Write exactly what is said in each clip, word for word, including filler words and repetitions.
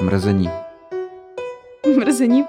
Mrzení. Mrzení.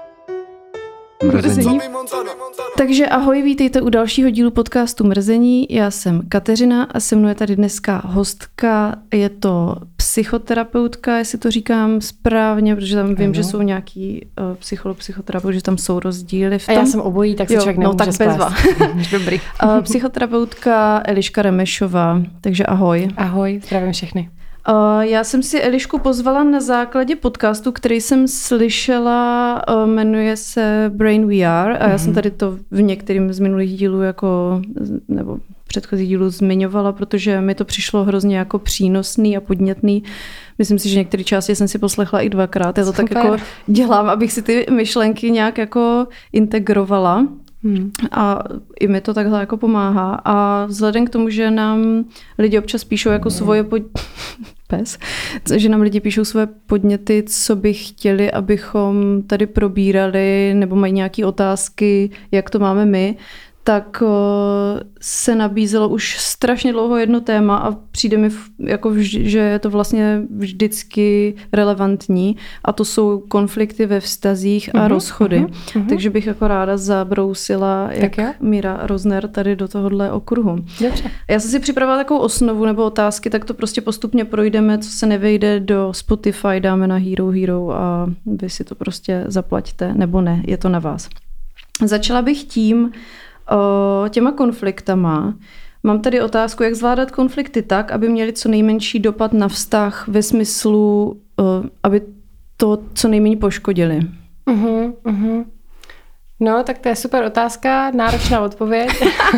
Mrzení. Mrzení. Takže ahoj, vítejte u dalšího dílu podcastu Mrzení. Já jsem Kateřina a se mnou je tady dneska hostka. Je to psychoterapeutka, jestli to říkám správně, protože tam vím, ano. že jsou nějaký uh, psycholog, psychoterapeut, že tam jsou rozdíly v tom. A já jsem obojí, tak se jo, člověk no, nemůže tak spát. Dobrý. Uh, psychoterapeutka Eliška Remešová, takže ahoj. Ahoj, zdravím všechny. Uh, já jsem si Elišku pozvala na základě podcastu, který jsem slyšela, uh, jmenuje se Brain V R a já mm-hmm. jsem tady to v některým z minulých dílů jako, nebo předchozích dílů zmiňovala, protože mi to přišlo hrozně jako přínosný a podnětný. Myslím si, že některé části jsem si poslechla i dvakrát. Já to Super. tak jako dělám, abych si ty myšlenky nějak jako integrovala. Hmm. A i mi to takhle jako pomáhá. A vzhledem k tomu, že nám lidi občas píšou jako svoje pod... pes, že nám lidi píšou svoje podněty, co by chtěli, abychom tady probírali, nebo mají nějaké otázky, jak to máme my, tak se nabízelo už strašně dlouho jedno téma a přijde mi, jako vždy, že je to vlastně vždycky relevantní a to jsou konflikty ve vztazích a uh-huh, rozchody. Uh-huh, uh-huh. Takže bych jako ráda zabrousila, jak tak Míra Rozner tady do tohohle okruhu. Dobře. Já jsem si připravila takovou osnovu nebo otázky, tak to prostě postupně projdeme, co se nevejde do Spotify, dáme na Hero Hero a vy si to prostě zaplaťte, nebo ne, je to na vás. Začala bych tím, O těma konfliktama. Mám tady otázku, jak zvládat konflikty tak, aby měly co nejmenší dopad na vztah ve smyslu, aby to co nejméně poškodili. Uh-huh, uh-huh. No, tak to je super otázka, náročná odpověď.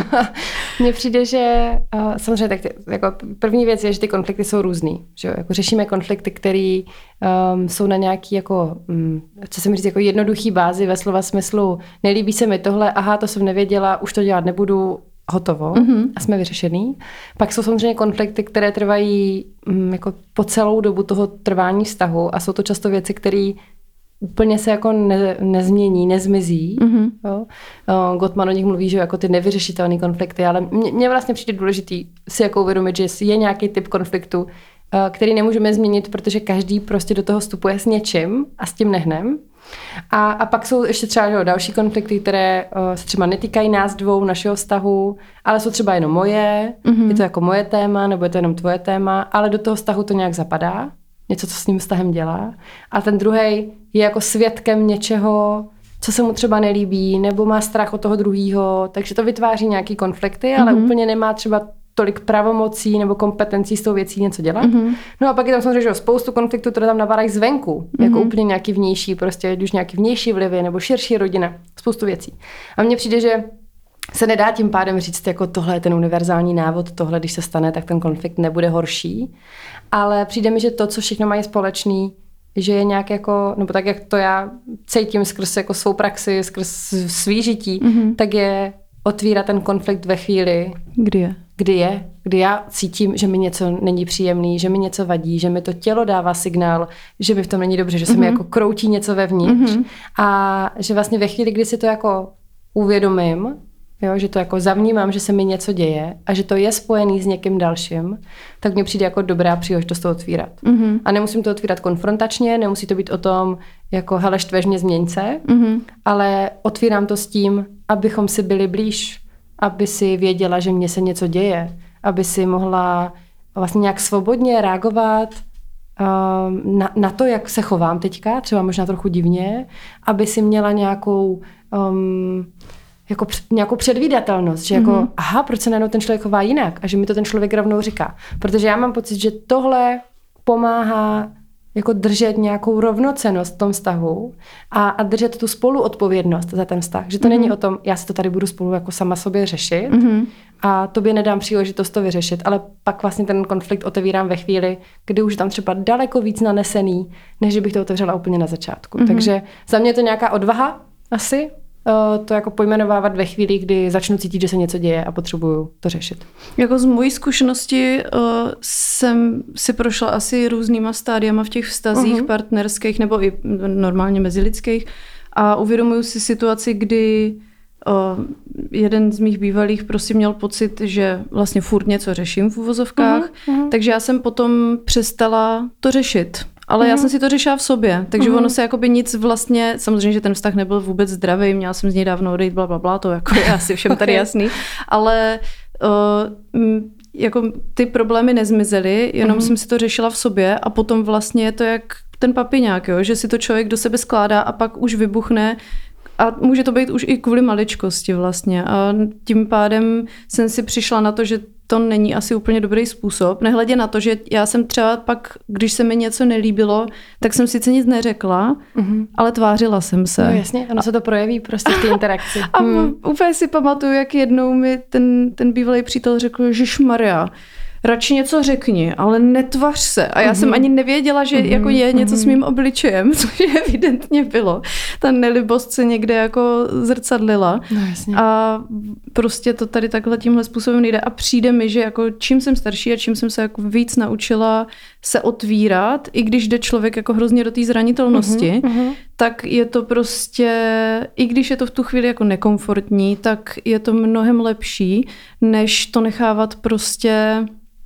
Mně přijde, že uh, samozřejmě tak ty, jako první věc je, že ty konflikty jsou různý. Že jako řešíme konflikty, které um, jsou na nějaký jako, um, co jsem říct, jako jednoduchý bázi ve slova smyslu, nelíbí se mi tohle, aha, to jsem nevěděla, už to dělat nebudu, hotovo mm-hmm. a jsme vyřešený. Pak jsou samozřejmě konflikty, které trvají um, jako po celou dobu toho trvání vztahu a jsou to často věci, které úplně se jako ne, nezmění, nezmizí. Mm-hmm. Jo. Gottman o nich mluví, že jako ty nevyřešitelné konflikty, ale mně vlastně přijde důležitý si jako uvědomit, že je nějaký typ konfliktu, který nemůžeme změnit, protože každý prostě do toho vstupuje s něčím a s tím nehnem. A, a pak jsou ještě třeba jo, další konflikty, které uh, se třeba netýkají nás dvou, našeho vztahu, ale jsou třeba jenom moje, mm-hmm. je to jako moje téma, nebo je to jenom tvoje téma, ale do toho vztahu to nějak zapadá. Něco, co s ním vztahem dělá. A ten druhej je jako svědkem něčeho, co se mu třeba nelíbí, nebo má strach od toho druhýho, takže to vytváří nějaký konflikty, ale mm-hmm. úplně nemá třeba tolik pravomocí nebo kompetencí s tou věcí něco dělat. Mm-hmm. No a pak je tam samozřejmě že spoustu konfliktů, které tam napadají zvenku, mm-hmm. jako úplně nějaký vnější, prostě už nějaký vnější vlivy nebo širší rodina, spoustu věcí. A mně přijde, že se nedá tím pádem říct, jako tohle je ten univerzální návod, tohle, když se stane, tak ten konflikt nebude horší. Ale přijde mi, že to, co všechno mají společný, že je nějak jako, nebo tak, jak to já cítím skrz jako svou praxi, skrz svý žití, mm-hmm. tak je otvírat ten konflikt ve chvíli, kdy je. Kdy je, kdy já cítím, že mi něco není příjemný, že mi něco vadí, že mi to tělo dává signál, že mi v tom není dobře, že se mm-hmm. mi jako kroutí něco vevnitř. Mm-hmm. A že vlastně ve chvíli, kdy si to jako uvědomím, jo, že to jako zavnímám, že se mi něco děje a že to je spojený s někým dalším, tak mně přijde jako dobrá příležitost to otvírat. Mm-hmm. A nemusím to otvírat konfrontačně, nemusí to být o tom, jako hele, štveš mě, změň se, mm-hmm. ale otvírám to s tím, abychom si byli blíž, aby si věděla, že mně se něco děje, aby si mohla vlastně nějak svobodně reagovat um, na, na to, jak se chovám teďka, třeba možná trochu divně, aby si měla nějakou um, jako nějakou předvídatelnost, že jako, mm-hmm. aha, proč se najednou ten člověk chová jinak a že mi to ten člověk rovnou říká. Protože já mám pocit, že tohle pomáhá jako držet nějakou rovnocennost v tom vztahu a, a držet tu spoluodpovědnost za ten vztah. Že to mm-hmm. není o tom, já si to tady budu spolu jako sama sobě řešit mm-hmm. a tobě nedám příležitost to vyřešit, ale pak vlastně ten konflikt otevírám ve chvíli, kdy už tam třeba daleko víc nanesený, než bych to otevřela úplně na začátku. Mm-hmm. Takže za mě je to nějaká odvaha asi, to jako pojmenovávat ve chvíli, kdy začnu cítit, že se něco děje a potřebuju to řešit. Jako z mojí zkušenosti uh, jsem si prošla asi různýma stádiama v těch vztazích uh-huh. partnerských nebo i normálně mezilidských a uvědomuju si situaci, kdy uh, jeden z mých bývalých prostě měl pocit, že vlastně furt něco řeším v uvozovkách, uh-huh. takže já jsem potom přestala to řešit. Ale mm. já jsem si to řešila v sobě, takže mm. ono se jakoby nic vlastně, samozřejmě, že ten vztah nebyl vůbec zdravý, měla jsem z něj dávno odejít, bla, bla, bla, to jako je asi všem tady jasný, ale uh, jako ty problémy nezmizely, jenom mm. jsem si to řešila v sobě a potom vlastně je to jak ten papiňák, jo, že si to člověk do sebe skládá a pak už vybuchne. A může to být už i kvůli maličkosti vlastně. A tím pádem jsem si přišla na to, že to není asi úplně dobrý způsob. Nehledě na to, že já jsem třeba pak, když se mi něco nelíbilo, tak jsem sice nic neřekla, mm-hmm. ale tvářila jsem se. No jasně, ono se to projeví prostě v té interakci. A hmm. úplně si pamatuju, jak jednou mi ten, ten bývalý přítel řekl, Ježišmarja, radši něco řekni, ale netvař se. A já mm-hmm. jsem ani nevěděla, že mm-hmm. jako je něco mm-hmm. s mým obličejem, což evidentně bylo. Ta nelibost se někde jako zrcadlila. No, jasně. A prostě to tady takhle tímhle způsobem nejde. A přijde mi, že jako čím jsem starší a čím jsem se jako víc naučila se otvírat, i když jde člověk jako hrozně do té zranitelnosti, mm-hmm. tak je to prostě, i když je to v tu chvíli jako nekomfortní, tak je to mnohem lepší, než to nechávat prostě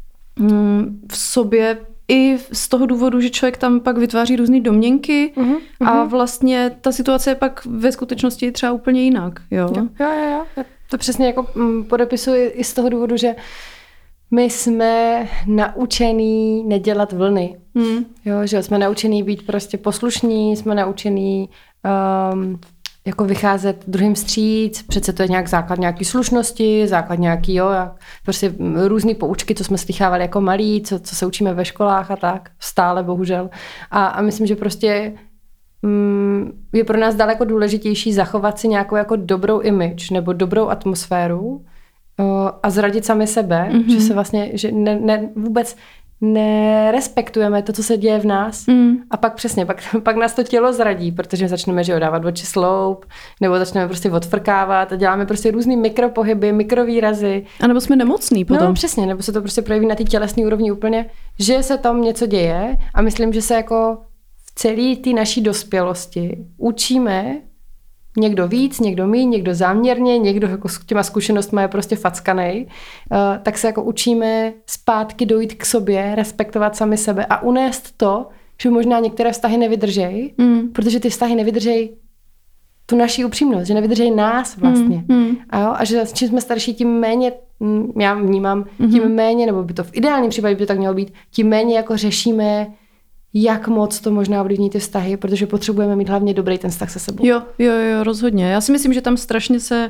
v sobě i z toho důvodu, že člověk tam pak vytváří různý domněnky uh-huh, uh-huh. a vlastně ta situace je pak ve skutečnosti třeba úplně jinak. Jo, jo, jo. jo. Já to přesně jako podepisuji i z toho důvodu, že my jsme naučený nedělat vlny. Hmm. Jo, že jsme naučený být prostě poslušní, jsme naučený um, jako vycházet druhým vstříc, přece to je nějak základ nějaký slušnosti, základ nějaký, jo, prostě různý poučky, co jsme slychávali jako malí, co, co se učíme ve školách a tak, stále bohužel. A, a myslím, že prostě mm, je pro nás daleko důležitější zachovat si nějakou jako dobrou image nebo dobrou atmosféru o, a zradit sami sebe, mm-hmm. že se vlastně, že ne, ne, vůbec nerespektujeme to, co se děje v nás mm. a pak přesně, pak, pak nás to tělo zradí, protože začneme, že jo, dávat oči sloup, nebo začneme prostě odfrkávat a děláme prostě různý mikropohyby, mikrovýrazy. A nebo jsme nemocní potom. No přesně, nebo se to prostě projeví na té tělesné úrovni úplně, že se tam něco děje a myslím, že se jako v celé té naší dospělosti učíme někdo víc, někdo míň, někdo záměrně, někdo jako s těma zkušenostmi je prostě fackanej, uh, tak se jako učíme zpátky dojít k sobě, respektovat sami sebe a unést to, že možná některé vztahy nevydržej, mm. protože ty vztahy nevydržej tu naši upřímnost, že nevydržej nás vlastně. Mm. Mm. A, jo, a že čím jsme starší, tím méně, já vnímám, mm. tím méně, nebo by to v ideálním případě by to tak mělo být, tím méně jako řešíme, jak moc to možná ovlivní ty vztahy, protože potřebujeme mít hlavně dobrý ten vztah se sebou. Jo, jo, jo, rozhodně. Já si myslím, že tam strašně se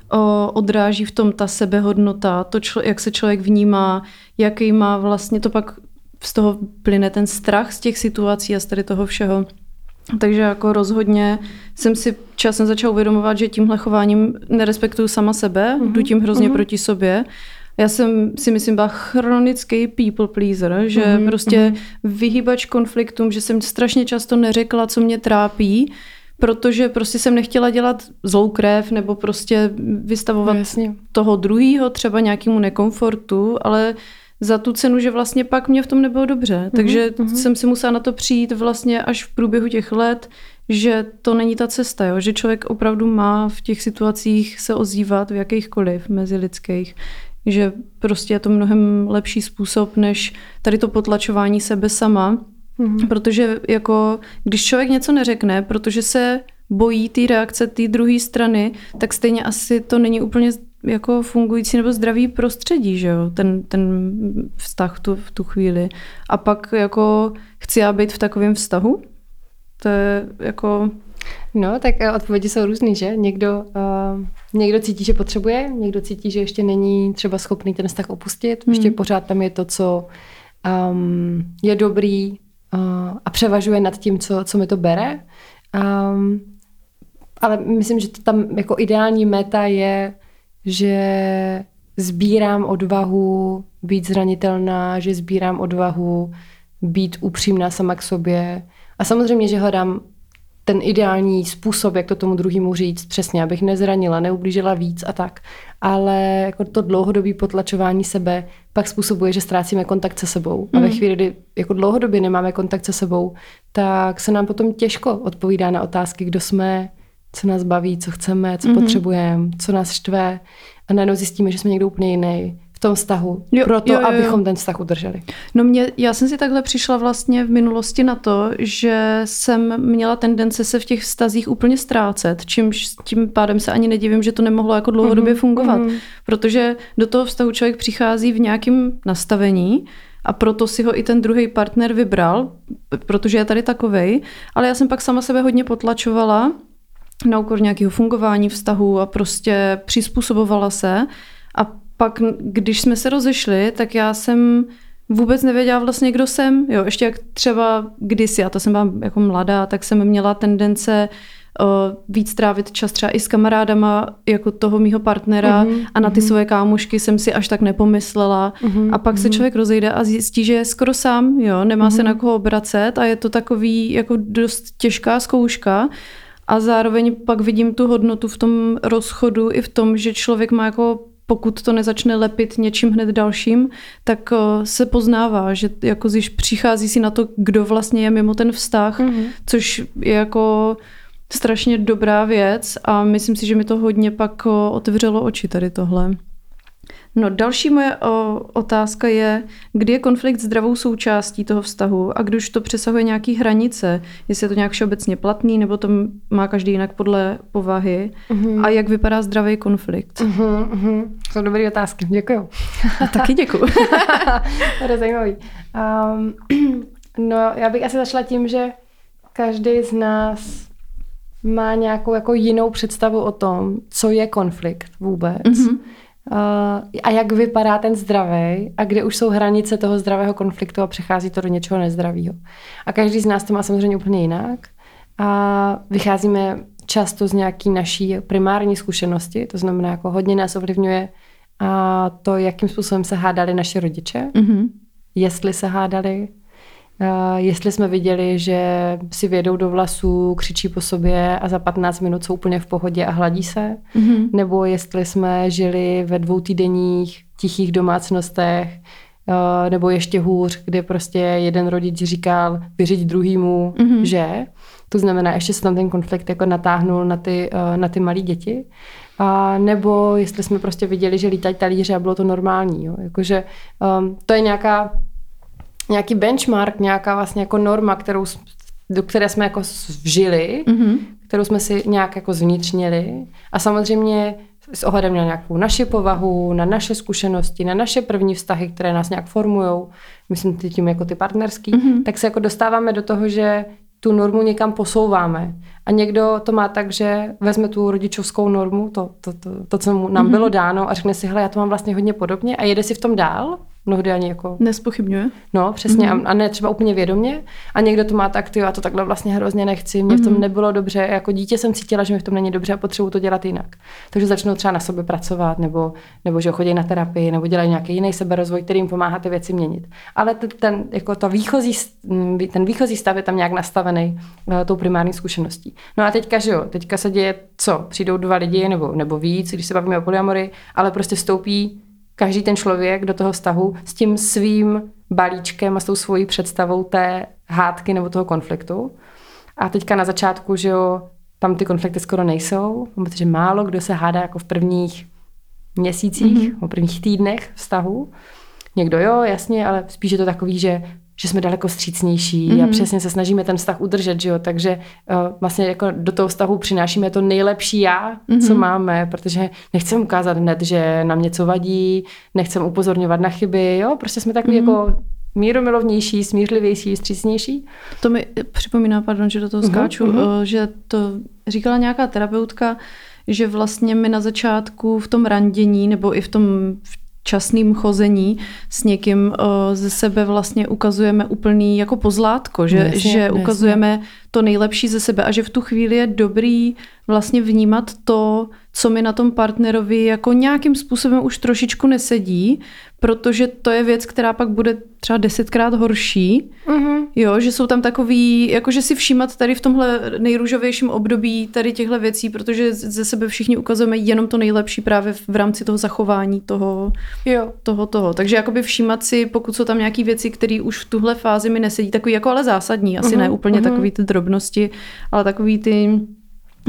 o, odráží v tom ta sebehodnota, to, člo, jak se člověk vnímá, jaký má vlastně, to pak z toho plyne ten strach z těch situací a z tady toho všeho. Takže jako rozhodně jsem si časem začala uvědomovat, že tímhle chováním nerespektuju sama sebe, mm-hmm. jdu tím hrozně mm-hmm. proti sobě. Já jsem si myslím byla chronický people pleaser, že mm-hmm. prostě vyhýbač konfliktům, že jsem strašně často neřekla, co mě trápí, protože prostě jsem nechtěla dělat zlou krev nebo prostě vystavovat no, toho druhýho třeba nějakému nekomfortu, ale za tu cenu, že vlastně pak mě v tom nebylo dobře. Mm-hmm. Takže mm-hmm. jsem si musela na to přijít vlastně až v průběhu těch let, že to není ta cesta, jo? Že člověk opravdu má v těch situacích se ozývat v jakýchkoliv mezilidských, že prostě je to mnohem lepší způsob, než tady to potlačování sebe sama, mm-hmm. protože jako když člověk něco neřekne, protože se bojí té reakce té druhé strany, tak stejně asi to není úplně jako fungující nebo zdravý prostředí, že jo, ten, ten vztah tu, v tu chvíli. A pak jako chci já být v takovém vztahu? To je jako... No, tak odpovědi jsou různý, že? Někdo, uh, někdo cítí, že potřebuje, někdo cítí, že ještě není třeba schopný ten vztah opustit, hmm. ještě pořád tam je to, co um, je dobrý uh, a převažuje nad tím, co, co mi to bere. Um, ale myslím, že to tam jako ideální meta je, že sbírám odvahu být zranitelná, že sbírám odvahu být upřímná sama k sobě. A samozřejmě, že hledám ten ideální způsob, jak to tomu druhému říct, přesně, abych nezranila, neublížila víc a tak. Ale jako to dlouhodobé potlačování sebe pak způsobuje, že ztrácíme kontakt se sebou. Mm. A ve chvíli, kdy jako dlouhodobě nemáme kontakt se sebou, tak se nám potom těžko odpovídá na otázky, kdo jsme, co nás baví, co chceme, co mm. potřebujeme, co nás štve. A najednou zjistíme, že jsme někdo úplně jiný. V tom vztahu, jo, proto, jo, jo, jo. abychom ten vztah udrželi? No mě, já jsem si takhle přišla vlastně v minulosti na to, že jsem měla tendence se v těch vztazích úplně ztrácet, čímž tím pádem se ani nedivím, že to nemohlo jako dlouhodobě mm-hmm, fungovat, mm-hmm. protože do toho vztahu člověk přichází v nějakém nastavení a proto si ho i ten druhý partner vybral, protože je tady takovej, ale já jsem pak sama sebe hodně potlačovala na úkor nějakého fungování vztahu a prostě přizpůsobovala se a pak, když jsme se rozešli, tak já jsem vůbec nevěděla vlastně, kdo jsem. Jo, ještě jak třeba kdysi, a to jsem byla jako mladá, tak jsem měla tendence uh, víc trávit čas třeba i s kamarádama jako toho mýho partnera mm-hmm, a na ty mm-hmm. svoje kámošky jsem si až tak nepomyslela. Mm-hmm, a pak mm-hmm. se člověk rozejde a zjistí, že je skoro sám, jo, nemá mm-hmm. se na koho obracet a je to takový jako dost těžká zkouška. A zároveň pak vidím tu hodnotu v tom rozchodu i v tom, že člověk má jako pokud to nezačne lepit něčím hned dalším, tak se poznává, že jako když přichází si na to, kdo vlastně je mimo ten vztah, mm-hmm. což je jako strašně dobrá věc a myslím si, že mi to hodně pak otevřelo oči tady tohle. No další moje o, otázka je, kdy je konflikt zdravou součástí toho vztahu a když to přesahuje nějaký hranice, jestli je to nějak všeobecně platný, nebo to má každý jinak podle povahy mm-hmm. a jak vypadá zdravý konflikt. Mm-hmm, mm-hmm. To jsou dobré otázky, děkuju. A taky děkuju. To je zajímavý. Um, no já bych asi začala tím, že každý z nás má nějakou jako jinou představu o tom, co je konflikt vůbec. Mm-hmm. Uh, a jak vypadá ten zdravý a kde už jsou hranice toho zdravého konfliktu a přechází to do něčeho nezdravého. A každý z nás to má samozřejmě úplně jinak. A vycházíme často z nějaký naší primární zkušenosti, to znamená, jako hodně nás ovlivňuje a to, jakým způsobem se hádali naše rodiče, mm-hmm. jestli se hádali, Uh, jestli jsme viděli, že si vědou do vlasů, křičí po sobě a za patnáct minut jsou úplně v pohodě a hladí se, mm-hmm. nebo jestli jsme žili ve dvoutýdenních tichých domácnostech, uh, nebo ještě hůř, kde prostě jeden rodič říkal vyřiď druhýmu, mm-hmm. že. To znamená, ještě se tam ten konflikt jako natáhnul na ty, uh, na ty malé děti. A nebo jestli jsme prostě viděli, že lítají talíře a bylo to normální. Jo. Jakože um, to je nějaká nějaký benchmark, nějaká vlastně jako norma, kterou, do které jsme jako vžili, mm-hmm. kterou jsme si nějak jako zvnitřnili. A samozřejmě s ohledem na nějakou naši povahu, na naše zkušenosti, na naše první vztahy, které nás nějak formujou, myslím tím jako ty partnerský, mm-hmm. tak se jako dostáváme do toho, že tu normu někam posouváme. A někdo to má tak, že vezme tu rodičovskou normu, to, to, to, to co mu nám mm-hmm. bylo dáno a řekne si, hele, já to mám vlastně hodně podobně a jede si v tom dál. Mnohdy ani jako... Nespochybňuje. No, přesně. Mm-hmm. A ne třeba úplně vědomě. A někdo to má tak, ty, já to takhle vlastně hrozně nechci, mě mm-hmm. v tom nebylo dobře. Jako dítě jsem cítila, že mi v tom není dobře a potřebuji to dělat jinak. Takže začnou třeba na sobě pracovat, nebo, nebo že chodí na terapii, nebo dělají nějaký jiný seberozvoj, který jim pomáhá ty věci měnit. Ale ten, ten, jako to výchozí, ten výchozí stav je tam nějak nastavený uh, tou primární zkušeností. No a teďka, že jo, teďka se děje co? Přijdou dva lidi, nebo, nebo víc, když se bavíme o polyamorii, ale prostě vstoupí každý ten člověk do toho vztahu s tím svým balíčkem a s tou svojí představou té hádky nebo toho konfliktu. A teďka na začátku, že jo, tam ty konflikty skoro nejsou, protože málo kdo se hádá jako v prvních měsících, mm-hmm. v prvních týdnech vztahu. Někdo jo, jasně, ale spíš je to takový, že že jsme daleko vstřícnější mm-hmm. a přesně se snažíme ten vztah udržet, že jo, takže uh, vlastně jako do toho vztahu přinášíme to nejlepší já, mm-hmm. co máme, protože nechcem ukázat hned, že nám něco vadí, nechcem upozorňovat na chyby, jo, prostě jsme takový mm-hmm. jako mírumilovnější, smířlivější, vstřícnější. To mi připomíná, pardon, že do toho skáču, mm-hmm. že to říkala nějaká terapeutka, že vlastně my na začátku v tom randění nebo i v tom časným chození s někým o, ze sebe vlastně ukazujeme úplný jako pozlátko, že, jasně, že jasně. ukazujeme to nejlepší ze sebe a že v tu chvíli je dobrý vlastně vnímat to, co mi na tom partnerovi jako nějakým způsobem už trošičku nesedí, protože to je věc, která pak bude třeba desetkrát horší. Mm-hmm. Jo, že jsou tam takový, jakože si všímat tady v tomhle nejrůžovějším období tady těchto věcí, protože ze sebe všichni ukazujeme jenom to nejlepší právě v rámci toho zachování toho, jo. toho, toho. Takže jakoby všímat si, pokud jsou tam nějaké věci, které už v tuhle fázi mi nesedí, takový jako ale zásadní, asi mm-hmm. ne úplně mm-hmm. takový ty drobnosti, ale takový ty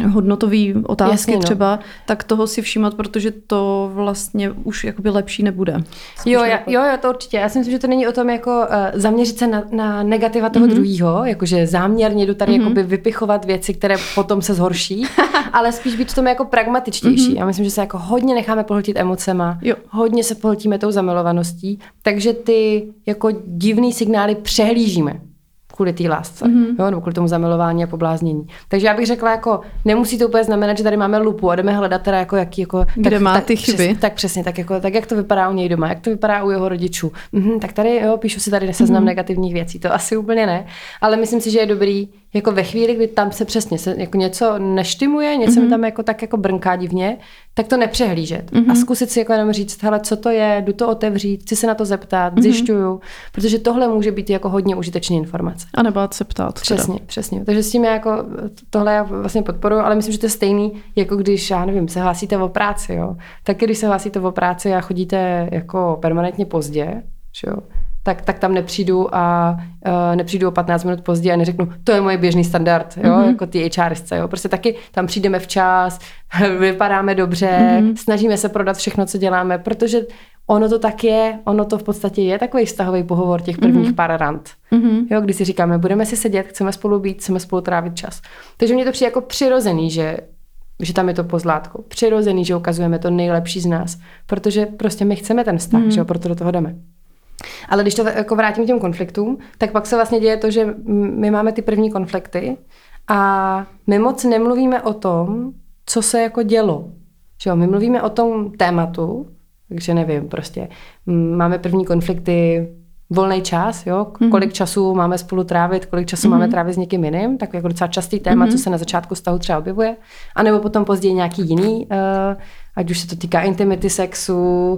hodnotové otázky Jasně, no. třeba, tak toho si všímat, protože to vlastně už jakoby lepší nebude. Jo, já, jo, jo, to určitě. Já si myslím, že to není o tom jako uh, zaměřit se na, na negativa toho mm-hmm. druhého, jakože záměrně jdu tady mm-hmm. jakoby vypichovat věci, které potom se zhorší, ale spíš být v tom jako pragmatičtější. Mm-hmm. Já myslím, že se jako hodně necháme pohltit emocema, jo. hodně se pohltíme tou zamilovaností, takže ty jako divný signály přehlížíme. Kvůli té lásce, mm-hmm. jo, nebo kvůli tomu zamilování a pobláznění. Takže já bych řekla, jako nemusí to úplně znamenat, že tady máme lupu a jdeme hledat teda jako jaký, jako... Kde tak, má tak, ty chyby. Přesně, tak přesně, tak, jako, tak jak to vypadá u něj doma, jak to vypadá u jeho rodičů. Mhm, tak tady, jo, píšu si tady seznam mm-hmm. negativních věcí, to asi úplně ne, ale myslím si, že je dobrý, jako ve chvíli, kdy tam se přesně se jako něco neštimuje, něco mm-hmm. mi tam jako tak jako brnká divně, tak to nepřehlížet. Mm-hmm. A zkusit si jako jenom říct, hele, co to je, jdu to otevřít, chci se na to zeptat, mm-hmm. zjišťuju, protože tohle může být jako hodně užitečná informace. A nebát se ptát. Přesně, teda. přesně. Takže s tím já jako tohle já vlastně podporuji, ale myslím, že to je stejný, jako když, já nevím, se hlásíte o práci, jo. Tak když se hlásíte o práci a chodíte jako permanentně pozdě, jo, tak, tak tam nepřijdu a uh, nepřijdu o patnáct minut později a neřeknu, to je můj běžný standard, jo, mm-hmm. jako ty HRistce, jo. Prostě taky tam přijdeme včas, vypadáme dobře, mm-hmm. snažíme se prodat všechno, co děláme, protože ono to tak je, ono to v podstatě je takový vztahový pohovor těch prvních mm-hmm. pár rand. Mm-hmm. Jo, kdy si říkáme, budeme si sedět, chceme spolu být, chceme spolu trávit čas. Takže mně to přijde jako přirozený, že, že tam je to pozlátko. Přirozený, že ukazujeme to nejlepší z nás, protože prostě my chceme ten vztah, mm-hmm. že jo, proto do toho jdeme. Ale když to jako vrátím k těm konfliktům, tak pak se vlastně děje to, že my máme ty první konflikty a my moc nemluvíme o tom, co se jako dělo. Že jo, my mluvíme o tom tématu, takže nevím, prostě máme první konflikty, volný čas, jo, mm-hmm. kolik času máme spolu trávit, kolik času mm-hmm. máme trávit s někým jiným, tak jako docela častý téma, mm-hmm. co se na začátku vztahu třeba objevuje, anebo potom později nějaký jiný, uh, ať už se to týká intimity, sexu,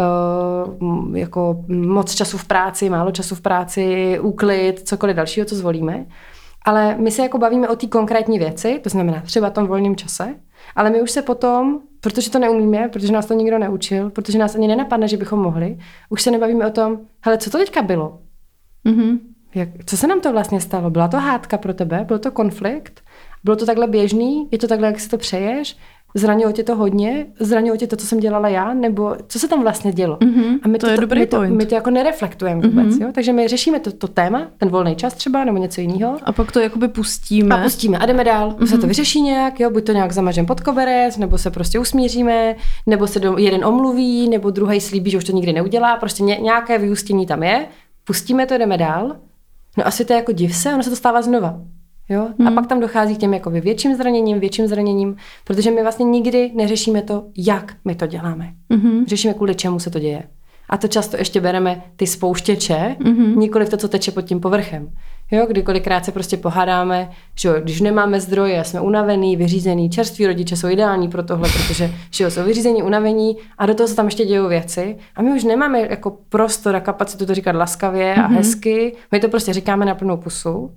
uh, jako moc času v práci, málo času v práci, úklid, cokoliv dalšího, co zvolíme. Ale my se jako bavíme o té konkrétní věci, to znamená třeba tom volném čase, ale my už se potom, protože to neumíme, protože nás to nikdo neučil, protože nás ani nenapadne, že bychom mohli, už se nebavíme o tom, hele, co to teďka bylo? Mm-hmm. Jak, co se nám to vlastně stalo? Byla to hádka pro tebe? Byl to konflikt? Bylo to takhle běžný? Je to takhle, jak si to přeješ? Zranilo tě to hodně? Zranilo tě to, co jsem dělala já? Nebo co se tam vlastně dělo? Mm-hmm, a my to, to, je to, dobrý my to, point. my to jako nereflektujeme vůbec. Mm-hmm. Jo? Takže my řešíme to, to téma, ten volný čas třeba, nebo něco jiného. A pak to jakoby pustíme. A pustíme a jdeme dál. Mm-hmm. Se to vyřeší nějak, jo? Buď to nějak zamažeme pod koberec, nebo se prostě usmíříme, nebo se do, jeden omluví, nebo druhý slíbí, že už to nikdy neudělá. Prostě ně, nějaké vyústění tam je. Pustíme to, jdeme dál. No asi to je jako div se, ono se to stává znova. Jo? Hmm. A pak tam dochází k těm jakoby větším zraněním, větším zraněním, protože my vlastně nikdy neřešíme to, jak my to děláme. Hmm. Řešíme, kvůli čemu se to děje. A to často ještě bereme ty spouštěče, hmm. nikoliv to, co teče pod tím povrchem. Jo? Kdykolikrát se prostě pohádáme, že jo, když nemáme zdroje, jsme unavený, vyřízený, čerství rodiče jsou ideální pro tohle, protože že jo, jsou vyřízení, unavení a do toho se tam ještě dějou věci. A my už nemáme jako prostor a kapacitu to říkat laskavě hmm. a hezky. My to prostě říkáme na plnou pusu.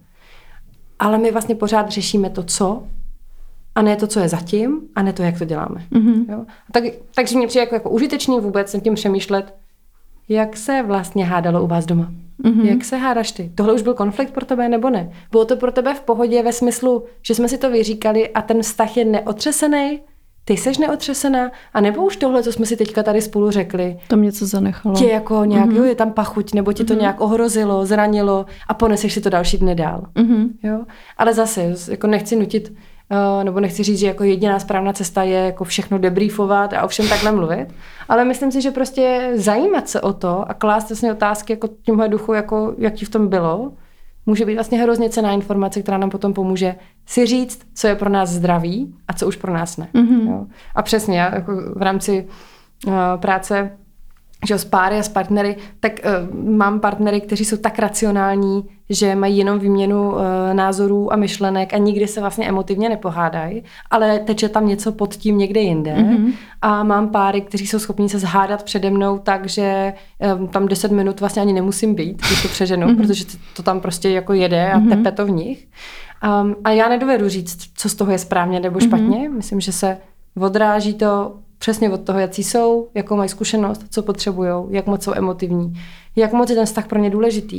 Ale my vlastně pořád řešíme to, co, a ne to, co je zatím, a ne to, jak to děláme. Mm-hmm. Jo? Tak, takže mě přijde jako, jako užitečný vůbec tím přemýšlet, jak se vlastně hádalo u vás doma. Mm-hmm. Jak se hádáš ty? Tohle už byl konflikt pro tebe, nebo ne? Bylo to pro tebe v pohodě ve smyslu, že jsme si to vyříkali a ten vztah je neotřesený? Ty seš neotřesená? A nebo už tohle, co jsme si teďka tady spolu řekli, tam něco zanechalo. Tě jako nějak, mm-hmm. jo, je tam pachuť, nebo ti to mm-hmm. nějak ohrozilo, zranilo a poneseš si to další dny dál. Mm-hmm. Jo? Ale zase, jako nechci nutit, uh, nebo nechci říct, že jako jediná správná cesta je jako všechno debriefovat a o všem takhle mluvit, ale myslím si, že prostě zajímat se o to a klást vlastně otázky jako tímhle duchu, jako jak ti v tom bylo, může být vlastně hrozně cenná informace, která nám potom pomůže si říct, co je pro nás zdravý a co už pro nás ne. Mm-hmm. Jo? A přesně, já jako v rámci uh, práce že s páry a s partnery, tak uh, mám partnery, kteří jsou tak racionální, že mají jenom výměnu uh, názorů a myšlenek a nikdy se vlastně emotivně nepohádají, ale teče tam něco pod tím někde jinde. Mm-hmm. A mám páry, kteří jsou schopní se zhádat přede mnou tak, že um, tam deset minut vlastně ani nemusím být, když to přeženu, mm-hmm. protože to tam prostě jako jede a mm-hmm. tepe to v nich. Um, a já nedovedu říct, co z toho je správně nebo špatně. Mm-hmm. Myslím, že se odráží to přesně od toho, jaký jsou, jakou mají zkušenost, co potřebujou, jak moc jsou emotivní, jak moc je ten vztah pro ně důležitý.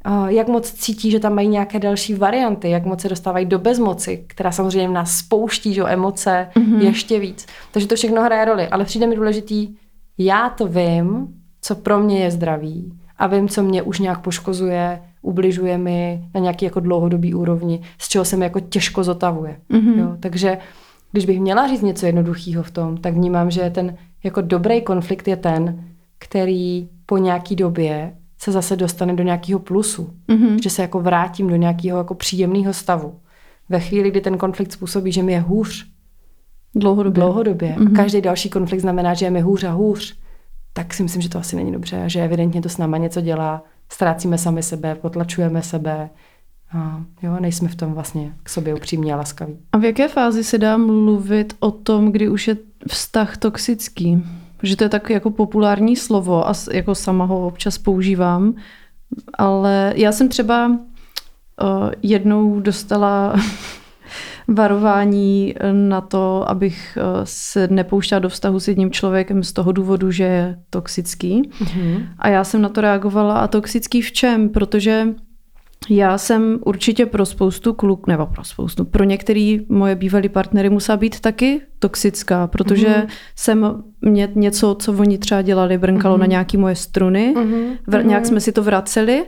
jak moc cítí, že tam mají nějaké další varianty, jak moc se dostávají do bezmoci, která samozřejmě v nás spouští, že emoce mm-hmm. ještě víc. Takže to všechno hraje roli, ale přijde mi důležitý, já to vím, co pro mě je zdravý a vím, co mě už nějak poškozuje, ubližuje mi na nějaký jako dlouhodobý úrovni, z čeho se mi jako těžko zotavuje. Mm-hmm. Jo? Takže když bych měla říct něco jednoduchého v tom, tak vnímám, že ten jako dobrý konflikt je ten, který po nějaký době se zase dostane do nějakého plusu. Mm-hmm. Že se jako vrátím do nějakého jako příjemného stavu. Ve chvíli, kdy ten konflikt způsobí, že mi je hůř. Dlouhodobě. Dlouhodobě. Mm-hmm. A každý další konflikt znamená, že je mi hůř a hůř. Tak si myslím, že to asi není dobře. Že evidentně to s náma něco dělá. Ztrácíme sami sebe, potlačujeme sebe. A jo, nejsme v tom vlastně k sobě upřímní a laskaví. A v jaké fázi se dá mluvit o tom, kdy už je vztah toxický? Protože to je tak jako populární slovo a jako sama ho občas používám. Ale já jsem třeba uh, jednou dostala varování na to, abych uh, se nepouštěla do vztahu s jedním člověkem z toho důvodu, že je toxický. Mm-hmm. A já jsem na to reagovala. A toxický v čem? Protože já jsem určitě pro spoustu kluk, nebo pro spoustu, pro některý moje bývalý partnery musela být taky toxická, protože mm-hmm. jsem mě něco, co oni třeba dělali, brnkalo mm-hmm. na nějaký moje struny, mm-hmm. Vr- nějak jsme si to vraceli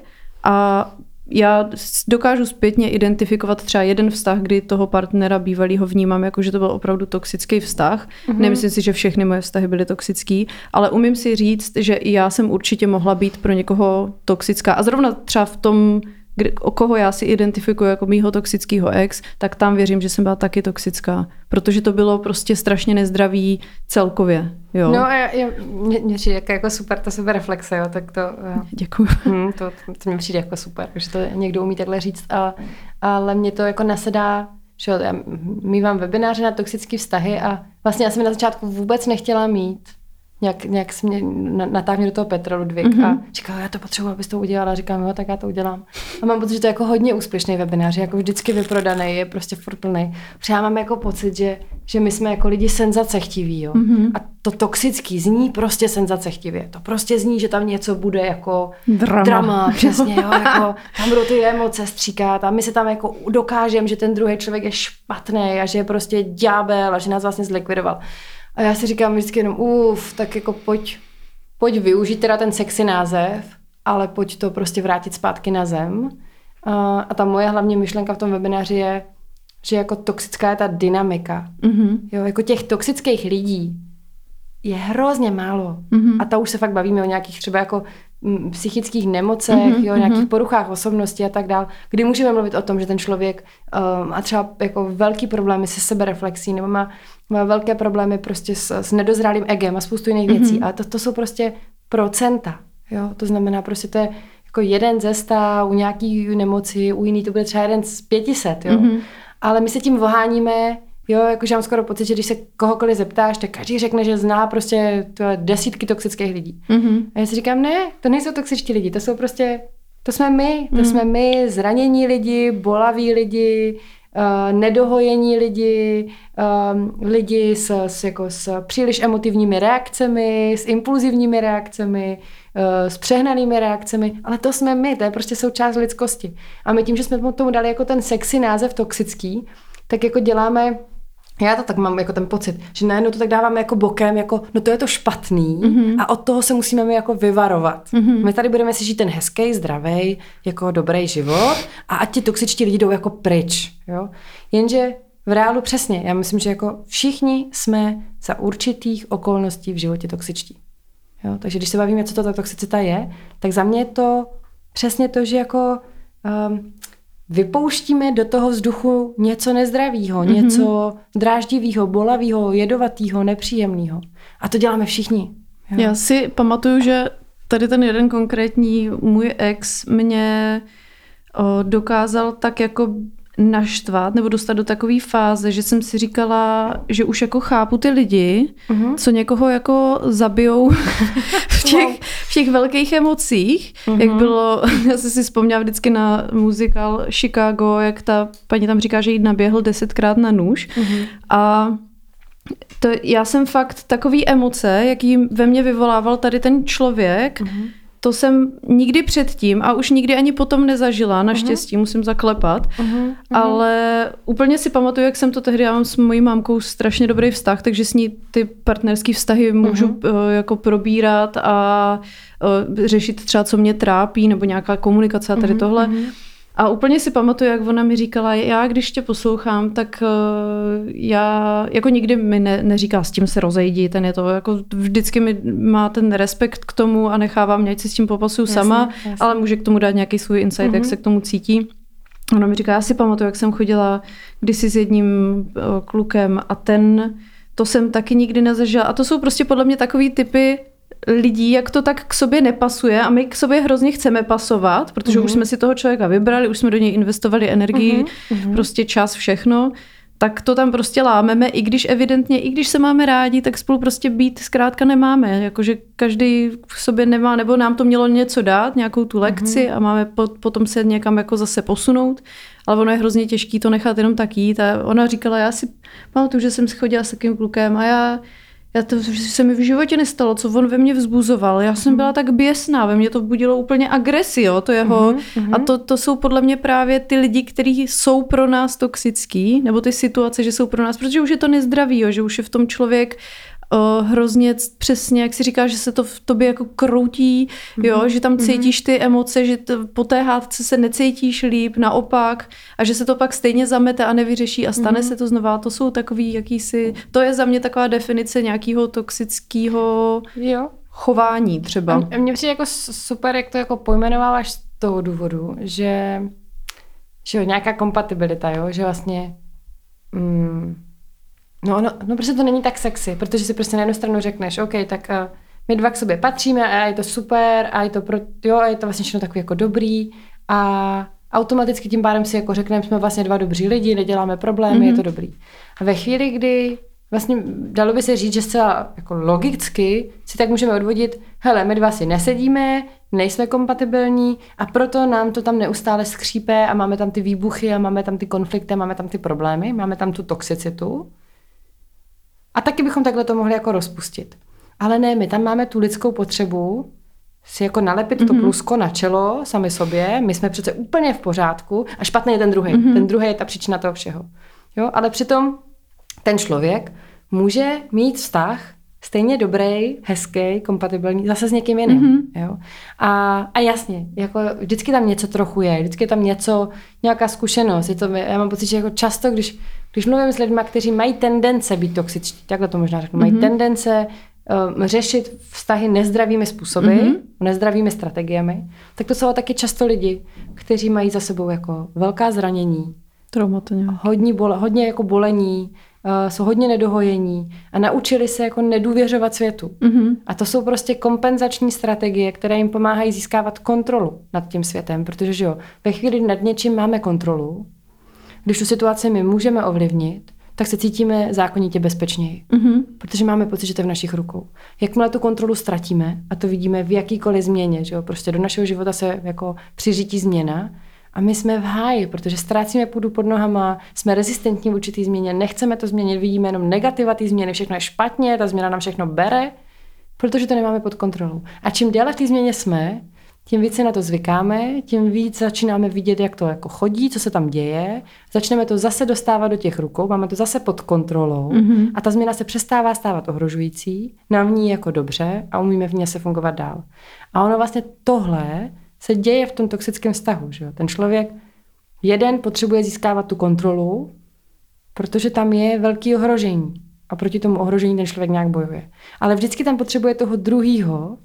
a já dokážu zpětně identifikovat třeba jeden vztah, kdy toho partnera bývalýho vnímám, jako že to byl opravdu toxický vztah. Mm-hmm. Nemyslím si, že všechny moje vztahy byly toxický, ale umím si říct, že i já jsem určitě mohla být pro někoho toxická. A zrovna třeba v tom, kdy, o koho já si identifikuju jako mýho toxického ex, tak tam věřím, že jsem byla taky toxická. Protože to bylo prostě strašně nezdravý celkově. Jo. No a já, já, mě, mě přijde jako, jako super, ta sebereflexe, jo, tak to... Jo. Děkuju. Hmm, to, to, to mě přijde jako super, že to někdo umí takhle říct, a, ale mě to jako nasedá, že jo, já mívám webináře na toxické vztahy a vlastně já jsem na začátku vůbec nechtěla mít. Nějak, nějak se mě natáhne do toho Petra Ludvík mm-hmm. a říkala, já to potřebuji, abys to udělala. Říkám, jo, tak já to udělám. A mám pocit, že to je jako hodně úspěšný webinář, jako vždycky vyprodaný, je prostě furt plný. Protože já mám jako pocit, že, že my jsme jako lidi senzacechtiví, jo. Mm-hmm. A to toxický zní prostě senzacechtivě. To prostě zní, že tam něco bude jako drama, drama přesně, jo, jako tam budou ty emoce stříkat a my se tam jako dokážeme, že ten druhý člověk je špatný a že je prostě ďábel a že nás vlastně zlikvidoval. A já si říkám vždycky jenom, uf, tak jako pojď, pojď využít teda ten sexy název, ale pojď to prostě vrátit zpátky na zem. A, a ta moje hlavní myšlenka v tom webináři je, že jako toxická je ta dynamika. Mm-hmm. Jo, jako těch toxických lidí je hrozně málo. Mm-hmm. A ta už se fakt bavíme o nějakých třeba jako m, psychických nemocech, mm-hmm. jo, nějakých poruchách osobnosti a tak dál, kdy můžeme mluvit o tom, že ten člověk um, má třeba jako velký problémy se sebereflexí nebo má, má velké problémy prostě s, s nedozrálým egem a spoustu jiných mm-hmm. věcí. A to, to jsou prostě procenta. Jo? To znamená prostě to je jako jeden ze sta u nějaký nemoci, u jiný to bude třeba jeden z pětiset. Jo? Mm-hmm. Ale my se tím oháníme. Jo, jakože mám skoro pocit, že když se kohokoliv zeptáš, tak každý řekne, že zná prostě desítky toxických lidí. Mm-hmm. A já si říkám, ne, to nejsou toxičtí lidi, to jsou prostě, to jsme my, to mm-hmm. jsme my, zranění lidi, bolaví lidi, uh, nedohojení lidi, um, lidi s, s, jako s příliš emotivními reakcemi, s impulzivními reakcemi, uh, s přehnanými reakcemi, ale to jsme my, to je prostě součást lidskosti. A my tím, že jsme tomu dali jako ten sexy název toxický, tak jako děláme, já to tak mám jako ten pocit, že najednou to tak dáváme jako bokem, jako no to je to špatný mm-hmm. a od toho se musíme my jako vyvarovat. Mm-hmm. My tady budeme si žít ten hezký, zdravý, jako dobrý život a ať ti toxičtí lidi jdou jako pryč. Jo? Jenže v reálu přesně, já myslím, že jako všichni jsme za určitých okolností v životě toxičtí. Jo? Takže když se bavíme, co to ta toxicita je, tak za mě je to přesně to, že jako um, vypouštíme do toho vzduchu něco nezdravýho, mm-hmm. něco dráždivého, bolavého, jedovatého, nepříjemného. A to děláme všichni. Jo. Já si pamatuju, že tady ten jeden konkrétní můj ex mě o, dokázal tak jako naštvat nebo dostat do takové fáze, že jsem si říkala, že už jako chápu ty lidi, uh-huh. co někoho jako zabijou v těch, v těch velkých emocích. Uh-huh. Jak bylo, já jsem si vzpomněla vždycky na muzikál Chicago, jak ta paní tam říká, že jí naběhl desetkrát na nůž. Uh-huh. A to, já jsem fakt takový emoce, jaký ve mně vyvolával tady ten člověk, uh-huh. to jsem nikdy předtím a už nikdy ani potom nezažila, naštěstí, uh-huh. musím zaklepat, uh-huh. ale úplně si pamatuju, jak jsem to tehdy, já mám s mojí mámkou strašně dobrý vztah, takže s ní ty partnerský vztahy můžu uh-huh. uh, jako probírat a uh, řešit třeba, co mě trápí, nebo nějaká komunikace a tady uh-huh. tohle. Uh-huh. A úplně si pamatuju, jak ona mi říkala, já když tě poslouchám, tak uh, já, jako nikdy mi ne, neříká, s tím se rozejdi, ten je to, jako vždycky mi má ten respekt k tomu a nechává mě, ať si s tím popasuju sama, jasně. ale může k tomu dát nějaký svůj insight, mm-hmm. jak se k tomu cítí. Ona mi říká, já si pamatuju, jak jsem chodila kdysi s jedním uh, klukem a ten, to jsem taky nikdy nezažila. A to jsou prostě podle mě takový typy lidí, jak to tak k sobě nepasuje a my k sobě hrozně chceme pasovat, protože uh-huh. už jsme si toho člověka vybrali, už jsme do něj investovali energii, uh-huh. prostě čas, všechno, tak to tam prostě lámeme, i když evidentně, i když se máme rádi, tak spolu prostě být zkrátka nemáme, jakože každý v sobě nemá, nebo nám to mělo něco dát, nějakou tu lekci uh-huh. a máme po, potom se někam jako zase posunout, ale ono je hrozně těžký to nechat jenom tak jít a ona říkala, já si pamatuju, že jsem chodila s takým klukem a já Já to se mi v životě nestalo, co on ve mně vzbuzoval. Já jsem byla tak běsná, ve mně to budilo úplně agresi, jo, to jeho. Mm-hmm. A to, to jsou podle mě právě ty lidi, kteří jsou pro nás toxický, nebo ty situace, že jsou pro nás, protože už je to nezdravý, jo, že už je v tom člověk o, hrozně přesně, jak si říká, že se to v tobě jako kroutí, jo, mm-hmm. že tam cítíš ty emoce, že to, po té hádce se necítíš líp, naopak, a že se to pak stejně zamete a nevyřeší a stane mm-hmm. se to znova. To jsou takový jakýsi, to je za mě taková definice nějakého toxického jo. chování třeba. A mně přijde jako super, jak to jako pojmenováváš z toho důvodu, že, že jo, nějaká kompatibilita, jo, že vlastně mm, No, no, no prostě to není tak sexy, protože si prostě na jednu stranu řekneš, OK, tak uh, my dva k sobě patříme a je to super a je to, pro, jo, a je to vlastně všechno takový jako dobrý a automaticky tím pádem si jako řekneme, jsme vlastně dva dobří lidi, neděláme problémy, mm-hmm. je to dobrý. A ve chvíli, kdy vlastně dalo by se říct, že zcela jako logicky si tak můžeme odvodit, hele, my dva si nesedíme, nejsme kompatibilní a proto nám to tam neustále skřípe a máme tam ty výbuchy a máme tam ty konflikty, máme tam ty problémy, máme tam tu toxicitu. A taky bychom takhle to mohli jako rozpustit. Ale ne, my tam máme tu lidskou potřebu si jako nalepit mm-hmm. to plusko na čelo sami sobě. My jsme přece úplně v pořádku a špatný je ten druhý. Mm-hmm. Ten druhý je ta příčina toho všeho. Jo? Ale přitom ten člověk může mít vztah stejně dobrý, hezký, kompatibilní, zase s někým jiným. Mm-hmm. Jo? A, a jasně, jako vždycky tam něco trochu je, vždycky tam něco, nějaká zkušenost. Je to, já mám pocit, že jako často, když, když mluvím s lidmi, kteří mají tendence být toxičtí, takhle to možná řeknu, mm-hmm. mají tendence um, řešit vztahy nezdravými způsoby, mm-hmm. nezdravými strategiemi, tak to jsou taky často lidi, kteří mají za sebou jako velká zranění, hodně, bole, hodně jako bolení, Uh, jsou hodně nedohojení a naučili se jako nedůvěřovat světu. Mm-hmm. A to jsou prostě kompenzační strategie, které jim pomáhají získávat kontrolu nad tím světem, protože že jo, ve chvíli nad něčím máme kontrolu, když tu situaci my můžeme ovlivnit, tak se cítíme zákonitě bezpečněji, mm-hmm. protože máme pocit, že to je v našich rukou. Jakmile tu kontrolu ztratíme, a to vidíme v jakýkoliv změně, že jo, prostě do našeho života se jako přiřítí změna, a my jsme v háji, protože ztrácíme půdu pod nohama, jsme rezistentní v určitý změně, nechceme to změnit, vidíme jenom negativa té změny, všechno je špatně, ta změna nám všechno bere, protože to nemáme pod kontrolou. A čím déle v té změně jsme, tím víc se na to zvykáme, tím víc začínáme vidět, jak to jako chodí, co se tam děje, začneme to zase dostávat do těch rukou, máme to zase pod kontrolou mm-hmm. a ta změna se přestává stávat ohrožující, nám v ní jako dobře a umíme v ní se fungovat dál. A ono vlastně tohle se děje v tom toxickém vztahu. Že jo? Ten člověk jeden potřebuje získávat tu kontrolu, protože tam je velký ohrožení. A proti tomu ohrožení ten člověk nějak bojuje. Ale vždycky tam potřebuje toho druhýho,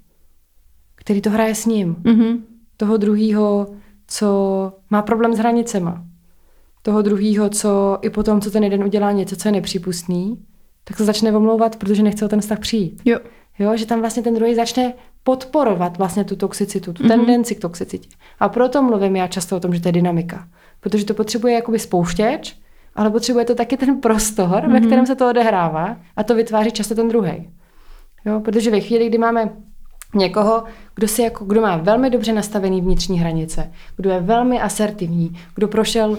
který to hraje s ním. Mm-hmm. Toho druhýho, co má problém s hranicema. Toho druhýho, co i potom, co ten jeden udělá něco, co je nepřípustný, tak se začne omlouvat, protože nechce o ten vztah přijít. Jo. Jo, že tam vlastně ten druhý začne podporovat vlastně tu toxicitu, tu mm-hmm. tendenci k toxicitě. A proto mluvím já často o tom, že to je dynamika. Protože to potřebuje jakoby spouštěč, ale potřebuje to taky ten prostor, mm-hmm. ve kterém se to odehrává a to vytváří často ten druhý. Jo, protože ve chvíli, kdy máme někoho, kdo, si jako, kdo má velmi dobře nastavený vnitřní hranice, kdo je velmi asertivní, kdo prošel uh,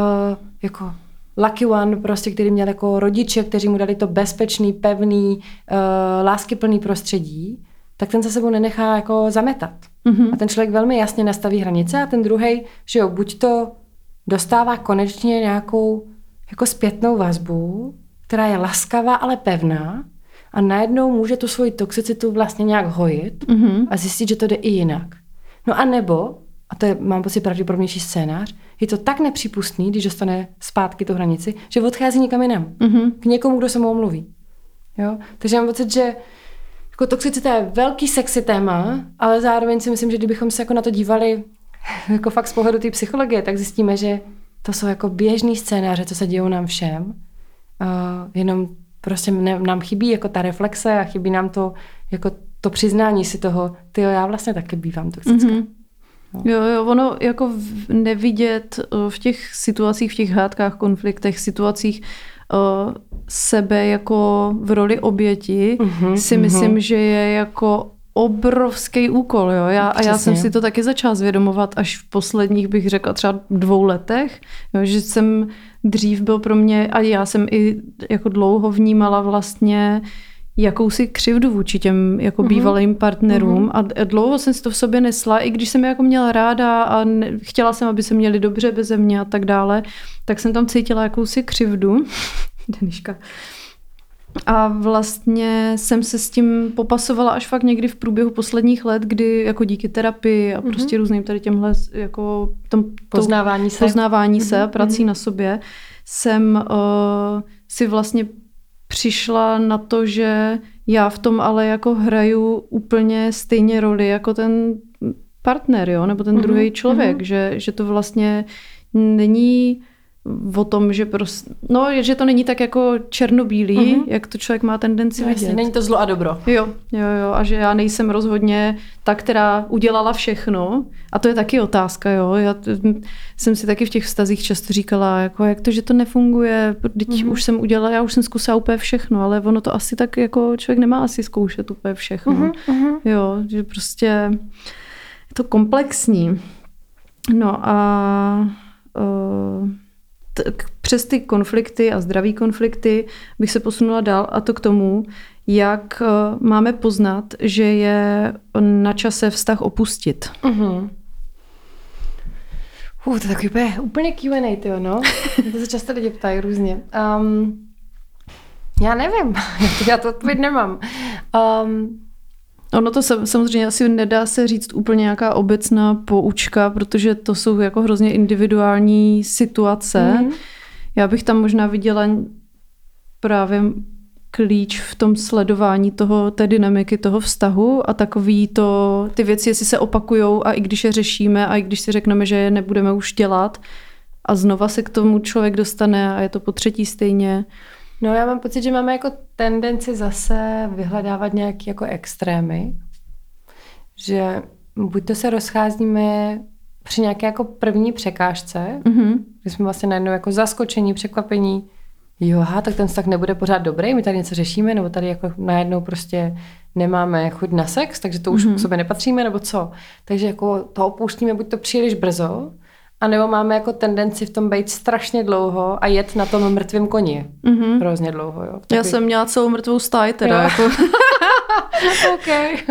jako lucky one, prostě, který měl jako rodiče, kteří mu dali to bezpečný, pevný, uh, láskyplný prostředí, tak ten za sebou nenechá jako zametat. Mm-hmm. A ten člověk velmi jasně nastaví hranice a ten druhej, že jo, buď to dostává konečně nějakou jako zpětnou vazbu, která je laskavá, ale pevná a najednou může tu svoji toxicitu vlastně nějak hojit mm-hmm. a zjistit, že to jde i jinak. No a nebo, a to je, mám pocit, pravděpodobnější scénář, je to tak nepřípustný, když dostane zpátky tu hranici, že odchází někam jinam. Mm-hmm. K někomu, kdo se mu omluví. Jo? Takže mám pocit, že jako toxicita je velký sexy téma, ale zároveň si myslím, že kdybychom se jako na to dívali jako fakt z pohledu té psychologie, tak zjistíme, že to jsou jako běžný scénáře, co se dějou nám všem. Uh, jenom prostě ne, nám chybí jako ta reflexe a chybí nám to jako to přiznání si toho, tyjo, já vlastně taky bývám toxická. Mm-hmm. No. Jo, jo, ono jako nevidět v těch situacích, v těch hádkách, konfliktech, situacích uh, sebe jako v roli oběti, uh-huh, si uh-huh. myslím, že je jako obrovský úkol. Jo? Já, a já jsem si to taky začala zvědomovat až v posledních, bych řekla, třeba dvou letech, jo? Že jsem dřív byl pro mě, a já jsem i jako dlouho vnímala vlastně jakousi křivdu vůči těm jako bývalým partnerům mm-hmm. a dlouho jsem si to v sobě nesla, i když jsem je jako měla ráda a ne, chtěla jsem, aby se měli dobře beze mě a tak dále, tak jsem tam cítila jakousi křivdu. Deniška. A vlastně jsem se s tím popasovala až fakt někdy v průběhu posledních let, kdy jako díky terapii a prostě mm-hmm. různým tady těmhle jako tom, poznávání se, poznávání mm-hmm. se prací mm-hmm. na sobě jsem uh, si vlastně přišla na to, že já v tom ale jako hraju úplně stejně roli jako ten partner, jo? Nebo ten mm-hmm. druhý člověk, mm-hmm. že, že to vlastně není o tom, že prostě, no, že to není tak jako černobílý, mm-hmm. jak to člověk má tendenci vidět. Jasně, není to zlo a dobro. Jo, jo, jo, a že já nejsem rozhodně ta, která udělala všechno, a to je taky otázka, jo, já t- jsem si taky v těch vztazích často říkala, jako jak to, že to nefunguje, teď mm-hmm. už jsem udělala, já už jsem zkusila úplně všechno, ale ono to asi tak, jako člověk nemá asi zkoušet úplně všechno. Mm-hmm. Jo, že prostě je to komplexní. No a uh, přes ty konflikty a zdraví konflikty bych se posunula dál, a to k tomu, jak máme poznat, že je na čase vztah opustit. Uh-huh. Uh, to je takový úplně, úplně Q and A, tyjo, no. To se často lidi ptají různě. Um, já nevím, já to odpověď nemám. Um, Ono to samozřejmě asi nedá se říct úplně nějaká obecná poučka, protože to jsou jako hrozně individuální situace. Mm. Já bych tam možná viděla právě klíč v tom sledování toho, té dynamiky toho vztahu a takový to, ty věci, jestli se opakujou a i když je řešíme a i když si řekneme, že je nebudeme už dělat a znova se k tomu člověk dostane a je to po třetí stejně. No já mám pocit, že máme jako tendenci zase vyhledávat nějaké jako extrémy, že buď to se rozcházíme při nějaké jako první překážce, mm-hmm. kdy jsme vlastně najednou jako zaskočení, překvapení, jo, aha, tak ten vztah nebude pořád dobrý, my tady něco řešíme, nebo tady jako najednou prostě nemáme chuť na sex, takže to už mm-hmm. k sobě nepatříme, nebo co. Takže jako to opouštíme buď to příliš brzo, a nebo máme jako tendenci v tom být strašně dlouho a jet na tom mrtvém koni. Mm-hmm. Hrozně dlouho, jo. Takový... Já jsem měla celou mrtvou stáj teda. Jako... OK.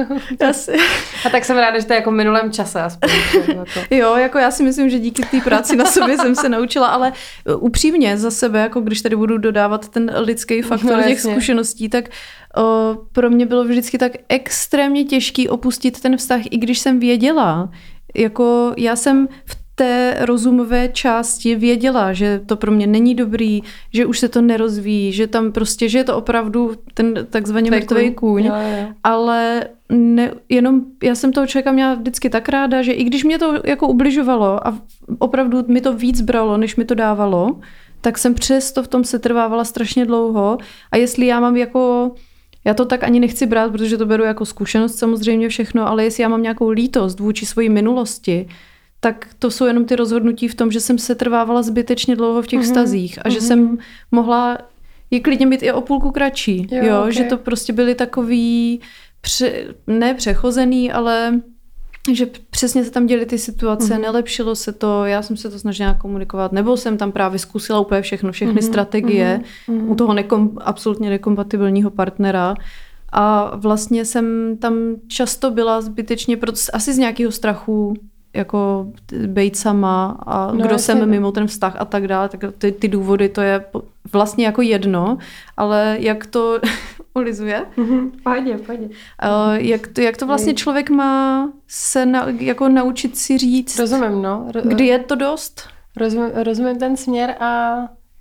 A tak jsem ráda, že to je jako v minulém čase aspoň. Jo, jako já si myslím, že díky té práci na sobě jsem se naučila, ale upřímně za sebe, jako když tady budu dodávat ten lidský faktor no, těch jasně. zkušeností, tak o, pro mě bylo vždycky tak extrémně těžký opustit ten vztah, i když jsem věděla. Jako já jsem v té rozumové části věděla, že to pro mě není dobrý, že už se to nerozvíjí, že tam prostě, že je to opravdu ten takzvaně mrtvej kůň, jo, jo. ale ne, jenom já jsem toho člověka měla vždycky tak ráda, že i když mě to jako ubližovalo a opravdu mi to víc bralo, než mi to dávalo, tak jsem přesto v tom setrvávala strašně dlouho a jestli já mám jako já to tak ani nechci brát, protože to beru jako zkušenost samozřejmě všechno, ale jestli já mám nějakou lítost vůči svojí minulosti, tak to jsou jenom ty rozhodnutí v tom, že jsem se trvávala zbytečně dlouho v těch mm-hmm. vztazích a mm-hmm. že jsem mohla je klidně být i o půlku kratší. Jo, jo okay. Že to prostě byly takový pře, ne přechozený, ale že přesně se tam děly ty situace, mm-hmm. nelepšilo se to, já jsem se to snažila nějak komunikovat, nebo jsem tam právě zkusila úplně všechno, všechny mm-hmm. strategie mm-hmm. u toho nekom, absolutně nekompatibilního partnera A vlastně jsem tam často byla zbytečně, protože asi z nějakého strachu, jako bejt sama a no, kdo jsem mimo ten vztah a tak dále, tak ty, ty důvody, to je vlastně jako jedno, ale jak to ulizuje. Mm-hmm. Pojď, pojď. Uh, jak, to, jak to vlastně člověk má se na, jako naučit si říct, rozumím, no. Ro- kdy je to dost? Rozumím, rozumím ten směr a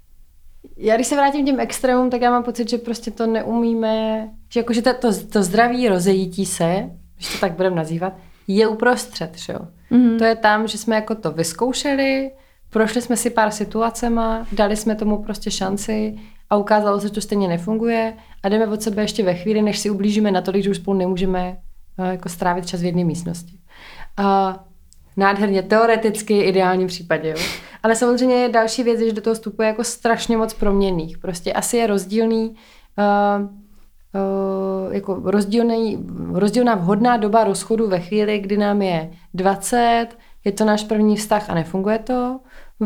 já když se vrátím k těm extrémům, tak já mám pocit, že prostě to neumíme, že jakože to, to, to zdraví rozejítí se, když to tak budeme nazývat, je uprostřed, že jo. Mm-hmm. To je tam, že jsme jako to vyzkoušeli, prošli jsme si pár situacema, dali jsme tomu prostě šanci a ukázalo se, že to stejně nefunguje a jdeme od sebe ještě ve chvíli, než si ublížíme natolik, že už spolu nemůžeme uh, jako strávit čas v jedné místnosti. Uh, nádherně, teoreticky, ideálním případě, jo. Ale samozřejmě je další věc, že do toho vstupuje jako strašně moc proměnných. Prostě asi je rozdílný, uh, uh, jako rozdílný, rozdílná vhodná doba rozchodu ve chvíli, kdy nám je dvacet, je to náš první vztah a nefunguje to,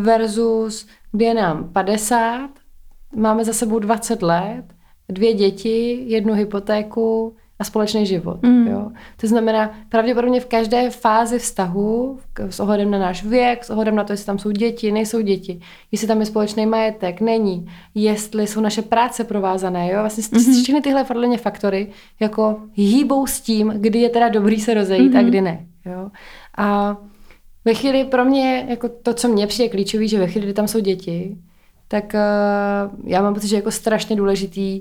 versus kdy je nám padesát, máme za sebou dvacet let, dvě děti, jednu hypotéku a společný život. Mm. Jo? To znamená, pravděpodobně v každé fázi vztahu, s ohledem na náš věk, s ohledem na to, jestli tam jsou děti, nejsou děti, jestli tam je společný majetek, není, jestli jsou naše práce provázané, jo? Vlastně mm-hmm. všechny tyhle podle faktory jako hýbou s tím, kdy je teda dobrý se rozejít mm-hmm. a kdy ne. Jo? A ve chvíli pro mě, jako to, co mně přijde klíčový, že ve chvíli, kdy tam jsou děti, tak uh, já mám pocit, že je jako strašně důležitý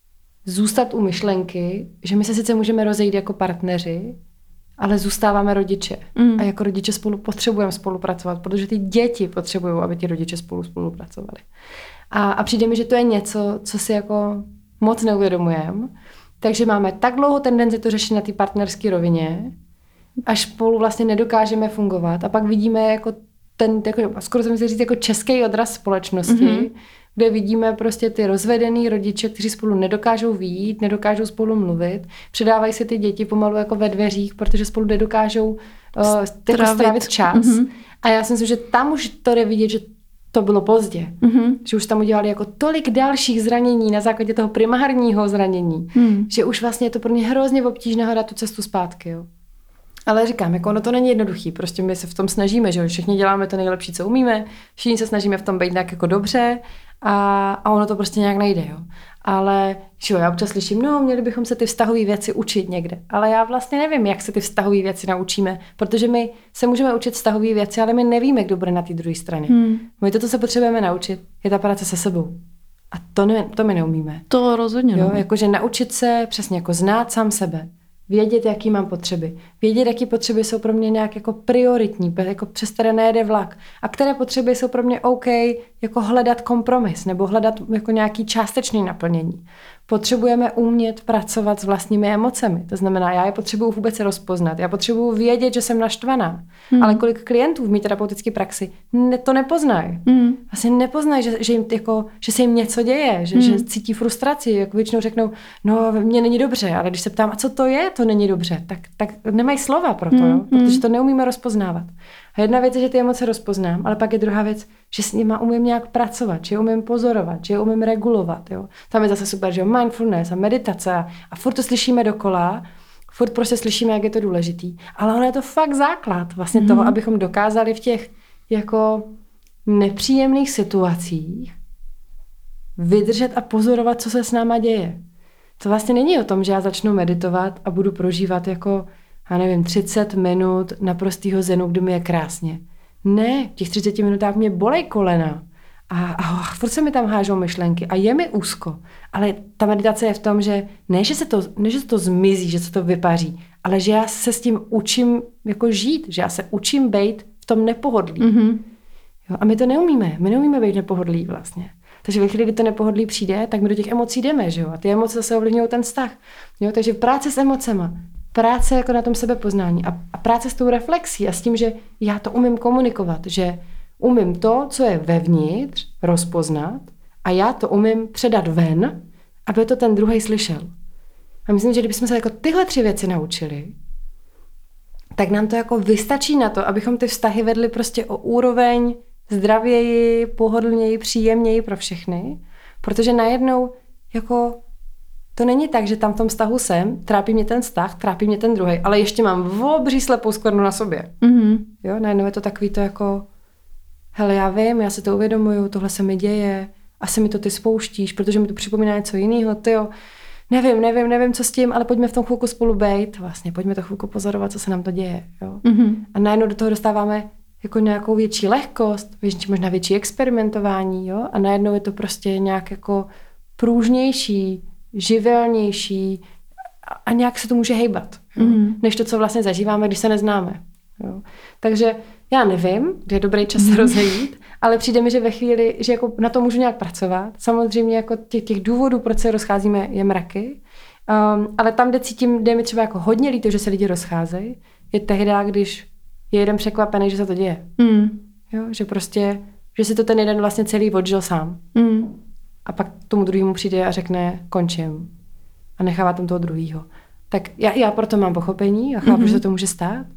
zůstat u myšlenky, že my se sice můžeme rozejít jako partneři, ale zůstáváme rodiče. Mm. A jako rodiče spolu potřebujeme spolupracovat, protože ty děti potřebují, aby ti rodiče spolu spolupracovali. A, a přijde mi, že to je něco, co si jako moc neuvědomujeme. Takže máme tak dlouho tendenci to řešit na té partnerské rovině, až spolu vlastně nedokážeme fungovat. A pak vidíme jako ten, jako, skoro jsem si říct, jako český odraz společnosti, mm-hmm. kde vidíme prostě ty rozvedený rodiče, kteří spolu nedokážou vyjít, nedokážou spolu mluvit, předávají se ty děti pomalu jako ve dveřích, protože spolu nedokážou uh, strávit. strávit čas. Mm-hmm. A já si myslím, že tam už to jde vidět, že to bylo pozdě. Mm-hmm. Že už tam udělali jako tolik dalších zranění na základě toho primárního zranění, mm. že už vlastně je to pro ně hrozně obtížné hledat tu cestu zpátky. Jo. Ale říkám, jako ono to není jednoduchý, prostě my se v tom snažíme, že všichni děláme to nejlepší, co umíme, všichni se snažíme v tom být nějak jako dobře a, a ono to prostě nějak nejde, jo. Ale že jo, já občas slyším, no, měli bychom se ty vztahové věci učit někde, ale já vlastně nevím, jak se ty vztahové věci naučíme, protože my se můžeme učit vztahové věci, ale my nevíme, kdo bude na té druhé straně. Hmm. My to, co se potřebujeme naučit, je ta práce se sebou. A to, ne, to my neumíme. To rozhodně. Jo, jakože naučit se přesně jako znát sám sebe. Vědět, jaký mám potřeby. Vědět, jaký potřeby jsou pro mě nějak jako prioritní, jako přes které nejede vlak. A které potřeby jsou pro mě OK, jako hledat kompromis nebo hledat jako nějaký částečný naplnění. Potřebujeme umět pracovat s vlastními emocemi. To znamená, já je potřebuju vůbec rozpoznat. Já potřebuju vědět, že jsem naštvaná. Hmm. Ale kolik klientů v mé terapeutické praxi ne, to nepoznají. Hmm. Asi nepoznají, že, že, jim, jako, že se jim něco děje, že, hmm. že cítí frustraci. Jako většinou řeknou, no, mně není dobře, ale když se ptám, a co to je, to není dobře, tak, tak nemají slova pro to, hmm. jo? Protože to neumíme rozpoznávat. A jedna věc je, že ty emoce rozpoznám, ale pak je druhá věc, že s nima umím nějak pracovat, že je umím pozorovat, že je umím regulovat. Jo. Tam je zase super, že jo, mindfulness a meditace a, a furt to slyšíme dokola, furt prostě slyšíme, jak je to důležitý. Ale ono je to fakt základ vlastně mm-hmm. toho, abychom dokázali v těch jako nepříjemných situacích vydržet a pozorovat, co se s náma děje. To vlastně není o tom, že já začnu meditovat a budu prožívat jako já nevím, třicet minut naprostýho zenu, kdy mi je krásně. Ne, v těch třiceti minutách mě bolej kolena a, a furt se mi tam hážou myšlenky a je mi úzko. Ale ta meditace je v tom, že ne, že se to, ne, že se to zmizí, že se to vypaří, ale že já se s tím učím jako žít, že já se učím být v tom nepohodlí. Mm-hmm. Jo, a my to neumíme, my neumíme být nepohodlí vlastně. Takže ve chvíli, kdy to nepohodlí přijde, tak my do těch emocí jdeme, že jo? A ty emoce zase ovlivňují ten vztah. Jo? Takže v práci s emocema, práce jako na tom sebepoznání a, a práce s tou reflexí a s tím, že já to umím komunikovat, že umím to, co je vevnitř, rozpoznat a já to umím předat ven, aby to ten druhej slyšel. A myslím, že kdybychom se jako tyhle tři věci naučili, tak nám to jako vystačí na to, abychom ty vztahy vedli prostě o úroveň zdravěji, pohodlněji, příjemněji pro všechny, protože najednou jako to není tak, že tam v tom vztahu jsem, trápí mě ten vztah, trápí mě ten druhý, ale ještě mám obří slepou skvrnu na sobě. Mm-hmm. Jo, najednou je to takový to jako, hele, já vím, já si to uvědomuju, tohle se mi děje, asi mi to ty spouštíš, protože mi to připomíná něco jiného, tyjo. Nevím, nevím, nevím, co s tím, ale pojďme v tom chvilku spolu bejt, vlastně, pojďme to chvilku pozorovat, co se nám to děje, jo. Mm-hmm. A najednou do toho dostáváme jako nějakou větší lehkost, možná větší experimentování, jo, a najednou je to prostě nějak jako pružnější, živelnější a nějak se to může hejbat, jo, mm-hmm. než to, co vlastně zažíváme, když se neznáme, jo. Takže já nevím, kde je dobrý čas se rozejít, ale přijde mi, že ve chvíli, že jako na to můžu nějak pracovat. Samozřejmě jako těch, těch důvodů, proč se rozcházíme, je mraky. Um, ale tam, kde cítím, kde je mi třeba jako hodně líto, že se lidi rozcházejí, je tehdy, když je jeden překvapený, že se to děje. Mm. Jo, že prostě, že si to ten jeden vlastně celý odžil sám. Mm. A pak tomu druhému přijde a řekne, končím. A nechává tam toho druhýho. Tak já, já proto mám pochopení a chápu, mm-hmm. že se to může stát.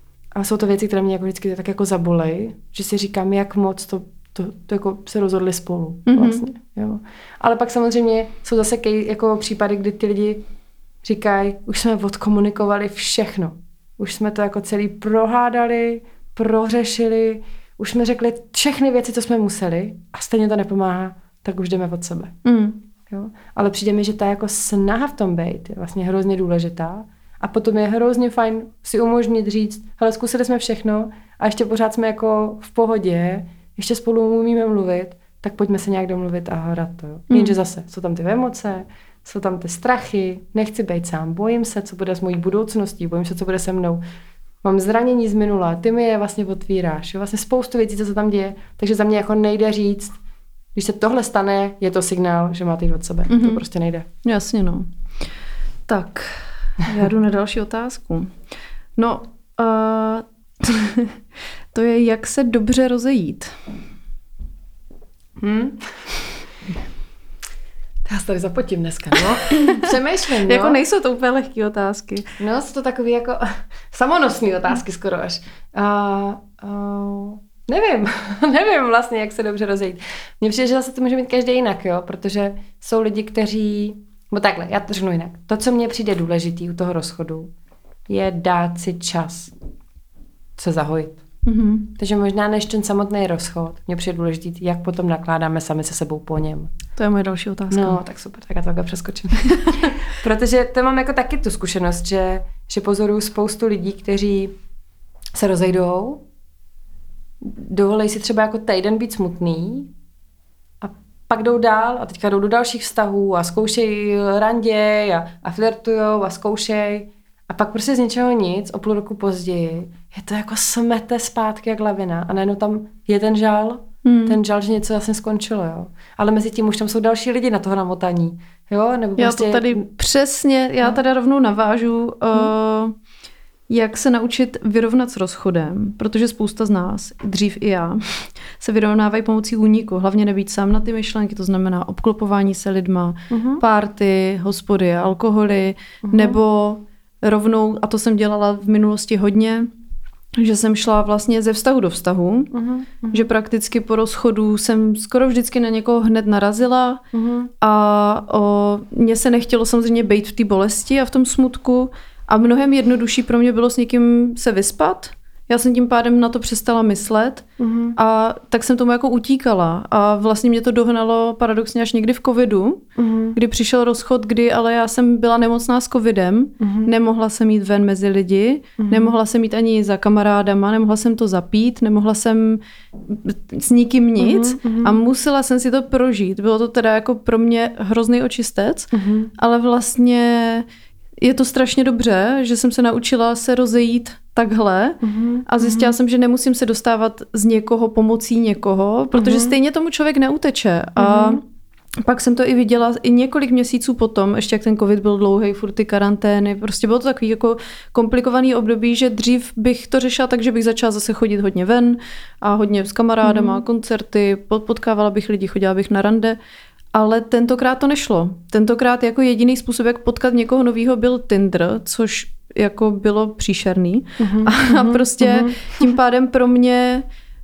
A jsou to věci, které mě jako vždycky tak jako zabolej, že si říkám, jak moc to, to, to jako se rozhodli spolu. Mm-hmm. Vlastně, jo. Ale pak samozřejmě jsou zase kej, jako případy, kdy ty lidi říkají, už jsme odkomunikovali všechno. Už jsme to jako celý prohádali, prořešili, už jsme řekli všechny věci, co jsme museli a stejně to nepomáhá, tak už jdeme od sebe. Mm. Jo. Ale přijde mi, že ta jako snaha v tom být je vlastně hrozně důležitá. A potom je hrozně fajn si umožnit říct, hele, zkusili jsme všechno a ještě pořád jsme jako v pohodě, ještě spolu umíme mluvit, tak pojďme se nějak domluvit a hrát to. Jo. Mm. Jenže zase, jsou tam ty emoce, jsou tam ty strachy, nechci být sám, bojím se, co bude s mojí budoucností, bojím se, co bude se mnou. Mám zranění z minula, ty mi je vlastně otvíráš, jo. Vlastně spoustu věcí, co se tam děje, takže za mě jako nejde říct, když se tohle stane, je to signál, že máte jít od sebe. Mm-hmm. To prostě nejde. Jasně, no. Tak... Já jdu na další otázku. No, uh, to je, jak se dobře rozejít. Hmm? Já se tady zapotím dneska, no. Přemýšlím, no. Jako nejsou to úplně lehké otázky. No, jsou to takové jako samonosné otázky skoro až. Uh, uh, nevím, nevím vlastně, jak se dobře rozejít. Mně přijde, že zase to může mít každý jinak, jo, protože jsou lidi, kteří Bo takhle, já to řeknu jinak. To, co mně přijde důležitý u toho rozchodu, je dát si čas se zahojit. Mm-hmm. Takže možná než ten samotný rozchod, mně přijde důležitý, jak potom nakládáme sami se sebou po něm. To je moje další otázka. No, tak super, tak já to takhle přeskočím. Protože to mám jako taky tu zkušenost, že, že pozoruju spoustu lidí, kteří se rozejdou, dovolej si třeba jako týden být smutný, pak jdou dál a teďka jdou do dalších vztahů a zkoušejí randě a, a flirtujou a zkoušejí a pak prostě z ničeho nic, o půl roku později, je to jako smete zpátky jak lavina a najednou tam je ten žal, hmm. ten žal, že něco vlastně skončilo, jo. Ale mezi tím už tam jsou další lidi na toho namotaní, jo. Nebo já prostě... to tady přesně, já no. tady rovnou navážu, hmm. uh, jak se naučit vyrovnat s rozchodem, protože spousta z nás, dřív i já, se vyrovnávají pomocí úniku. Hlavně nebýt sám na ty myšlenky, to znamená obklopování se lidma, uh-huh. párty, hospody, alkoholy, uh-huh. nebo rovnou, a to jsem dělala v minulosti hodně, že jsem šla vlastně ze vztahu do vztahu, uh-huh. že prakticky po rozchodu jsem skoro vždycky na někoho hned narazila uh-huh. a o, mně se nechtělo samozřejmě být v té bolesti a v tom smutku, a mnohem jednodušší pro mě bylo s někým se vyspat. Já jsem tím pádem na to přestala myslet uh-huh. a tak jsem tomu jako utíkala. A vlastně mě to dohnalo paradoxně až někdy v covidu, uh-huh. kdy přišel rozchod, kdy ale já jsem byla nemocná s covidem, uh-huh. nemohla jsem jít ven mezi lidi, uh-huh. nemohla jsem jít ani za kamarádama, nemohla jsem to zapít, nemohla jsem s nikým nic uh-huh. a musela jsem si to prožít. Bylo to teda jako pro mě hrozný očistec, uh-huh. ale vlastně... Je to strašně dobře, že jsem se naučila se rozejít takhle uh-huh, a zjistila uh-huh. jsem, že nemusím se dostávat z někoho pomocí někoho, protože uh-huh. stejně tomu člověk neuteče. A uh-huh. pak jsem to i viděla i několik měsíců potom, ještě jak ten covid byl dlouhý, furt ty karantény, prostě bylo to takový jako komplikovaný období, že dřív bych to řešila tak, že bych začala zase chodit hodně ven a hodně s kamarádama, uh-huh. koncerty, potkávala bych lidi, chodila bych na rande. Ale tentokrát to nešlo. Tentokrát jako jediný způsob, jak potkat někoho novýho, byl Tinder, což jako bylo příšerný. Uh-huh, a prostě uh-huh. tím pádem pro mě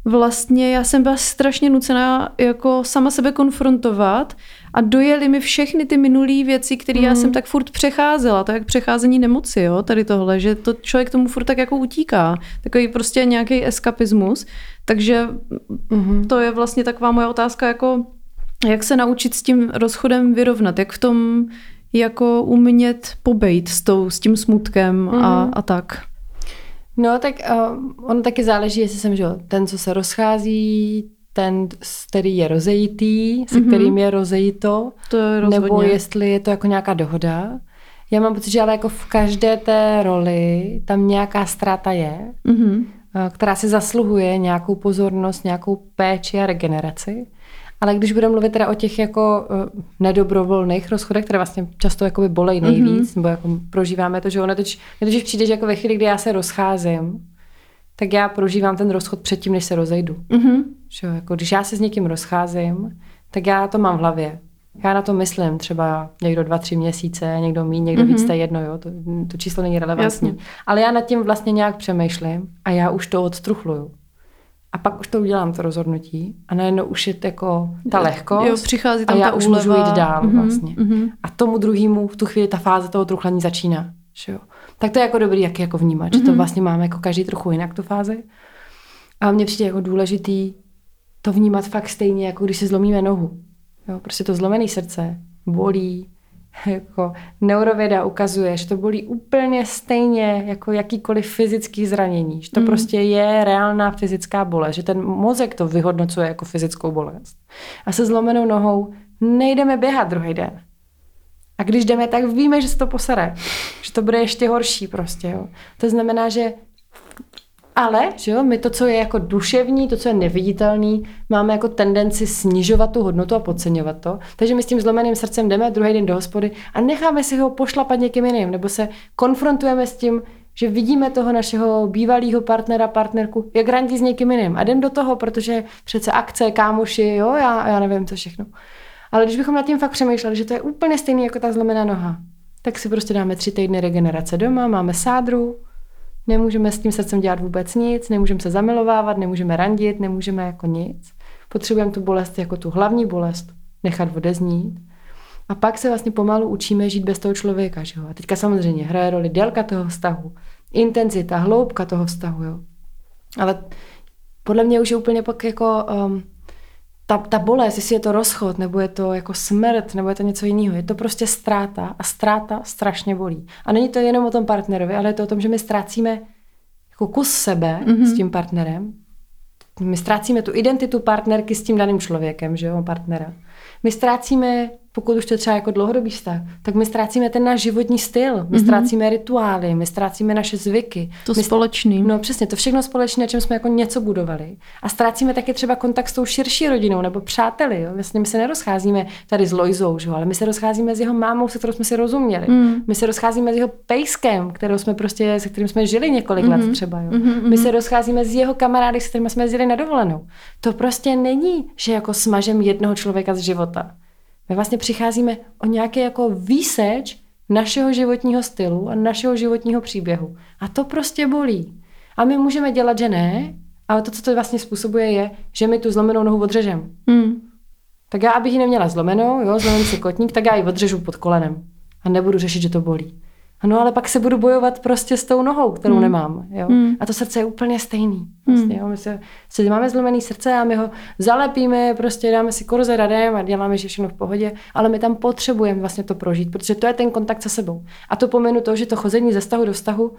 vlastně já jsem byla strašně nucená jako sama sebe konfrontovat a dojeli mi všechny ty minulý věci, které mm. já jsem tak furt přecházela, to jak přecházení nemoci, jo, tady tohle, že to člověk tomu furt tak jako utíká, takový prostě nějaký eskapismus, takže mm. to je vlastně taková moje otázka, jako jak se naučit s tím rozchodem vyrovnat, jak v tom jako umět pobejt s, tou, s tím smutkem mm. a, a tak. No, tak uh, ono taky záleží, jestli jsem, že ten, co se rozchází, ten, který je rozejitý, se mm-hmm. kterým je rozejito, to je nebo jestli je to jako nějaká dohoda. Já mám pocit, že ale jako v každé té roli tam nějaká ztráta je, mm-hmm. která si zasluhuje nějakou pozornost, nějakou péči a regeneraci. Ale když budeme mluvit teda o těch jako uh, nedobrovolných rozchodech, které vlastně často jakoby bolej nejvíc, mm-hmm. nebo jako prožíváme to, že ono toč, totiž přijde, že jako ve chvíli, kdy já se rozcházím, tak já prožívám ten rozchod předtím, než se rozejdu. Mm-hmm. Že, jako, když já se s někým rozcházím, tak já to mám v hlavě. Já na to myslím třeba někdo dva, tři měsíce, někdo míň, někdo mm-hmm. víc, to je jedno, jo, to, to číslo není relevantní. Jasně. Ale já nad tím vlastně nějak přemýšlím a já už to odstruchluju. A pak už to udělám, to rozhodnutí. A najednou už je jako ta lehkost. Jo, přichází tam a já ta už úleva. můžu jít dál mm-hmm, vlastně. Mm-hmm. A tomu druhému v tu chvíli ta fáze toho truchlení začíná. Že jo? Tak to je jako dobrý, jak jako vnímat. Mm-hmm. Že to vlastně máme jako každý trochu jinak tu fázi. A mně přijde jako důležitý to vnímat fakt stejně, jako když si zlomíme nohu. Jo? Prostě to zlomené srdce bolí. Jako neurověda ukazuje, že to bolí úplně stejně jako jakýkoliv fyzický zranění. Že to mm. prostě je reálná fyzická bolest. Že ten mozek to vyhodnocuje jako fyzickou bolest. A se zlomenou nohou nejdeme běhat druhý den. A když jdeme, tak víme, že se to posere. Že to bude ještě horší prostě. Jo. To znamená, že ale, že jo, my to, co je jako duševní, to, co je neviditelný, máme jako tendenci snižovat tu hodnotu a podceňovat to. Takže my s tím zlomeným srdcem jdeme druhý den do hospody a necháme si ho pošlapat někým jiným, nebo se konfrontujeme s tím, že vidíme toho našeho bývalého partnera, partnerku, jak randí s někým jiným. A jdem do toho, protože přece akce, kámoši, jo, já, já nevím, co všechno. Ale když bychom nad tím fakt přemýšleli, že to je úplně stejný jako ta zlomená noha, tak si prostě dáme tři týdny regenerace doma, máme sádru, nemůžeme s tím srdcem dělat vůbec nic, nemůžeme se zamilovávat, nemůžeme randit, nemůžeme jako nic. Potřebujeme tu bolest jako tu hlavní bolest nechat odeznít. A pak se vlastně pomalu učíme žít bez toho člověka. Že jo? A teďka samozřejmě hraje roli délka toho vztahu, intenzita, hloubka toho vztahu. Jo? Ale podle mě už je úplně pak jako um, ta, ta bolest, jestli je to rozchod, nebo je to jako smrt, nebo je to něco jiného. Je to prostě ztráta a ztráta strašně bolí. A není to jenom o tom partnerovi, ale je to o tom, že my ztrácíme jako kus sebe mm-hmm. s tím partnerem. My ztrácíme tu identitu partnerky s tím daným člověkem, že jo, partnera. My ztrácíme, pokud už to je třeba jako dlouhodobý vztah, tak my ztrácíme ten náš životní styl, my mm-hmm. ztrácíme rituály, my ztrácíme naše zvyky. To my společný. No přesně, to všechno společné, na čem jsme jako něco budovali. A ztrácíme taky třeba kontakt s tou širší rodinou nebo přáteli. Jo? Vlastně my se nerozcházíme tady s Lojzou, že? Ale my se rozcházíme s jeho mámou, se kterou jsme si rozuměli. Mm. My se rozcházíme s jeho pejskem, kterou jsme prostě, se kterým jsme žili několik mm-hmm. let třeba. Jo? Mm-hmm. My se rozcházíme s jeho kamarády, s kterými jsme jezdili na dovolenou. To prostě není, že jako smažem jednoho člověka z života. My vlastně přicházíme o nějaký jako výseč našeho životního stylu a našeho životního příběhu. A to prostě bolí. A my můžeme dělat, že ne, ale to, co to vlastně způsobuje, je, že my tu zlomenou nohu odřežem. Hmm. Tak já, abych ji neměla zlomenou, jo, zlomený si kotník, tak já ji odřežu pod kolenem. A nebudu řešit, že to bolí. No ale pak se budu bojovat prostě s tou nohou, kterou hmm. nemám. Jo? Hmm. A to srdce je úplně stejný. Vlastně, jo? My se, se máme zlomený srdce a my ho zalepíme, prostě dáme si korze radem a děláme, že všechno v pohodě, ale my tam potřebujeme vlastně to prožít, protože to je ten kontakt se sebou. A to pomenu to, že to chození ze vztahu do vztahu,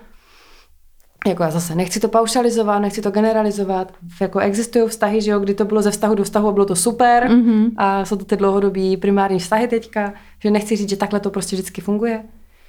jako já zase nechci to paušalizovat, nechci to generalizovat. Jako existují vztahy, že jo, kdy to bylo ze vztahu do vztahu a bylo to super mm-hmm. a jsou to ty dlouhodobí primární vztahy teďka, že nechci říct, že takhle to prostě vždycky funguje.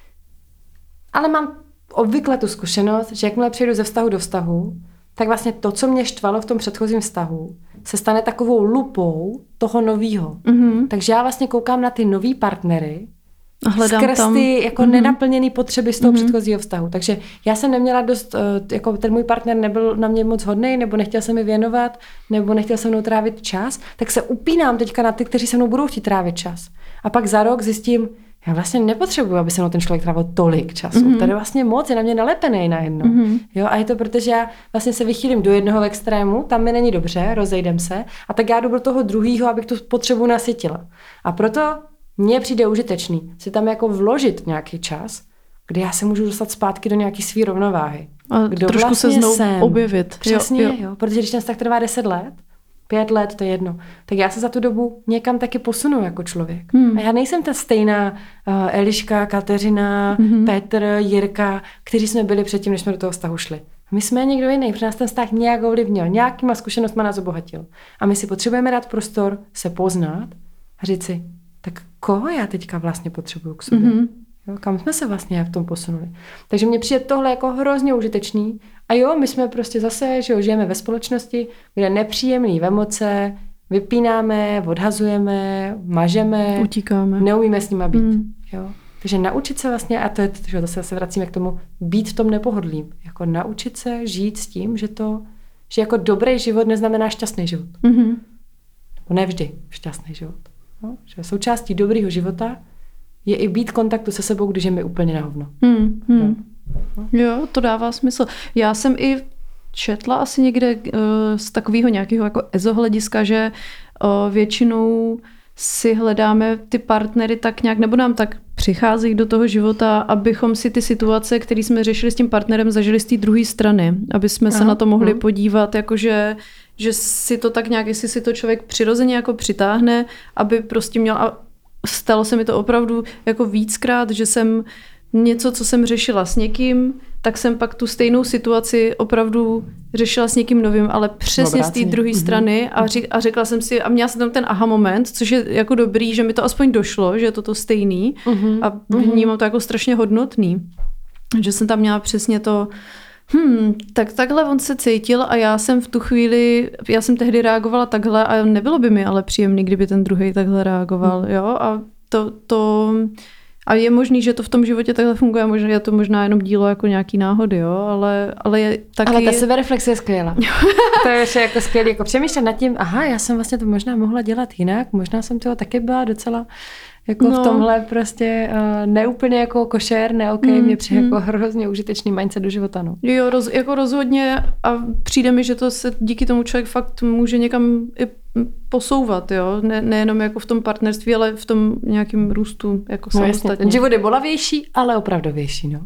Ale mám obvykle tu zkušenost, že jakmile přejdu ze vztahu do vztahu, tak vlastně to, co mě štvalo v tom předchozím vztahu, se stane takovou lupou toho novýho. Mm-hmm. Takže já vlastně koukám na ty nový partnery skrz tam. ty jako mm-hmm. nenaplněné potřeby z toho mm-hmm. předchozího vztahu. Takže já jsem neměla dost, jako ten můj partner nebyl na mě moc hodnej, nebo nechtěl se mi věnovat, nebo nechtěl se mnou trávit čas, tak se upínám teďka na ty, kteří se mnou budou chtít trávit čas. A pak za rok zjistím, já vlastně nepotřebuji, aby se mnou ten člověk trávil tolik času. Mm-hmm. Tady vlastně moc je na mě nalepený najednou. Mm-hmm. Jo, a je to proto, že já vlastně se vychýlím do jednoho extrému, tam mi není dobře, rozejdem se, a tak já jdu do toho druhého, abych tu potřebu nasytila. A proto mně přijde užitečný si tam jako vložit nějaký čas, kdy já se můžu dostat zpátky do nějaký svý rovnováhy. A Kdo trošku vlastně se znovu jsem. objevit. Přesně, jo, jo. jo. Protože když ten vztah trvá deset let, pět let, to je jedno, tak já se za tu dobu někam taky posunu jako člověk. Hmm. A já nejsem ta stejná uh, Eliška, Kateřina, hmm. Petr, Jirka, kteří jsme byli předtím, než jsme do toho vztahu šli. My jsme někdo jiný, protože nás ten vztah nějak ovlivnil, nějakýma zkušenostma nás obohatil. A my si potřebujeme dát prostor se poznat a říct si, tak koho já teďka vlastně potřebuju k sobě? Hmm. Jo, kam jsme se vlastně v tom posunuli. Takže mně přijde tohle jako hrozně užitečný. A jo, my jsme prostě zase, že jo, žijeme ve společnosti, kde nepříjemný emoce vypínáme, odhazujeme, mažeme, utíkáme. Neumíme s nima být. Mm. Jo. Takže naučit se vlastně, a to je, že zase se vracíme k tomu, být v tom nepohodlím. Jako naučit se žít s tím, že to, že jako dobrý život neznamená šťastný život. Mm-hmm. Ne vždy šťastný život. No, že součástí dobrýho života je i být v kontaktu se sebou, když je mi úplně na hovno. Hmm, hmm. No. Jo, to dává smysl. Já jsem i četla asi někde uh, z takového nějakého jako ezohlediska, že uh, většinou si hledáme ty partnery tak nějak, nebo nám tak přichází do toho života, abychom si ty situace, které jsme řešili s tím partnerem, zažili z té druhé strany. Aby jsme Aha, se na to mohli hmm. podívat, jakože že si to tak nějak, jestli si to člověk přirozeně jako přitáhne, aby prostě měl... A stalo se mi to opravdu jako víckrát, že jsem něco, co jsem řešila s někým, tak jsem pak tu stejnou situaci opravdu řešila s někým novým, ale přesně z té druhé strany a, řek, a řekla jsem si, a měla jsem tam ten aha moment, což je jako dobrý, že mi to aspoň došlo, že je to to stejný a vnímám to jako strašně hodnotný. Že jsem tam měla přesně to, Hmm, tak takhle on se cítil a já jsem v tu chvíli, já jsem tehdy reagovala takhle a nebylo by mi ale příjemný, kdyby ten druhý takhle reagoval, jo, a to, to, a je možný, že to v tom životě takhle funguje, možná je to možná jenom dílo jako nějaký náhody, jo, ale, ale je taky... Ale ta sebereflexe je skvělá. To je ještě jako skvělý, jako přemýšlet nad tím, aha, já jsem vlastně to možná mohla dělat jinak, možná jsem toho taky byla docela... Jako no. v tomhle prostě uh, neúplně jako košer, ne ok, mm, mě přijde mm. jako hrozně užitečný mindset do života. No. Jo, roz, jako rozhodně a přijde mi, že to se díky tomu člověk fakt může někam i posouvat, jo, ne, nejenom jako v tom partnerství, ale v tom nějakém růstu jako no, samostatně. Ten život je bolavější, ale opravdovější, no.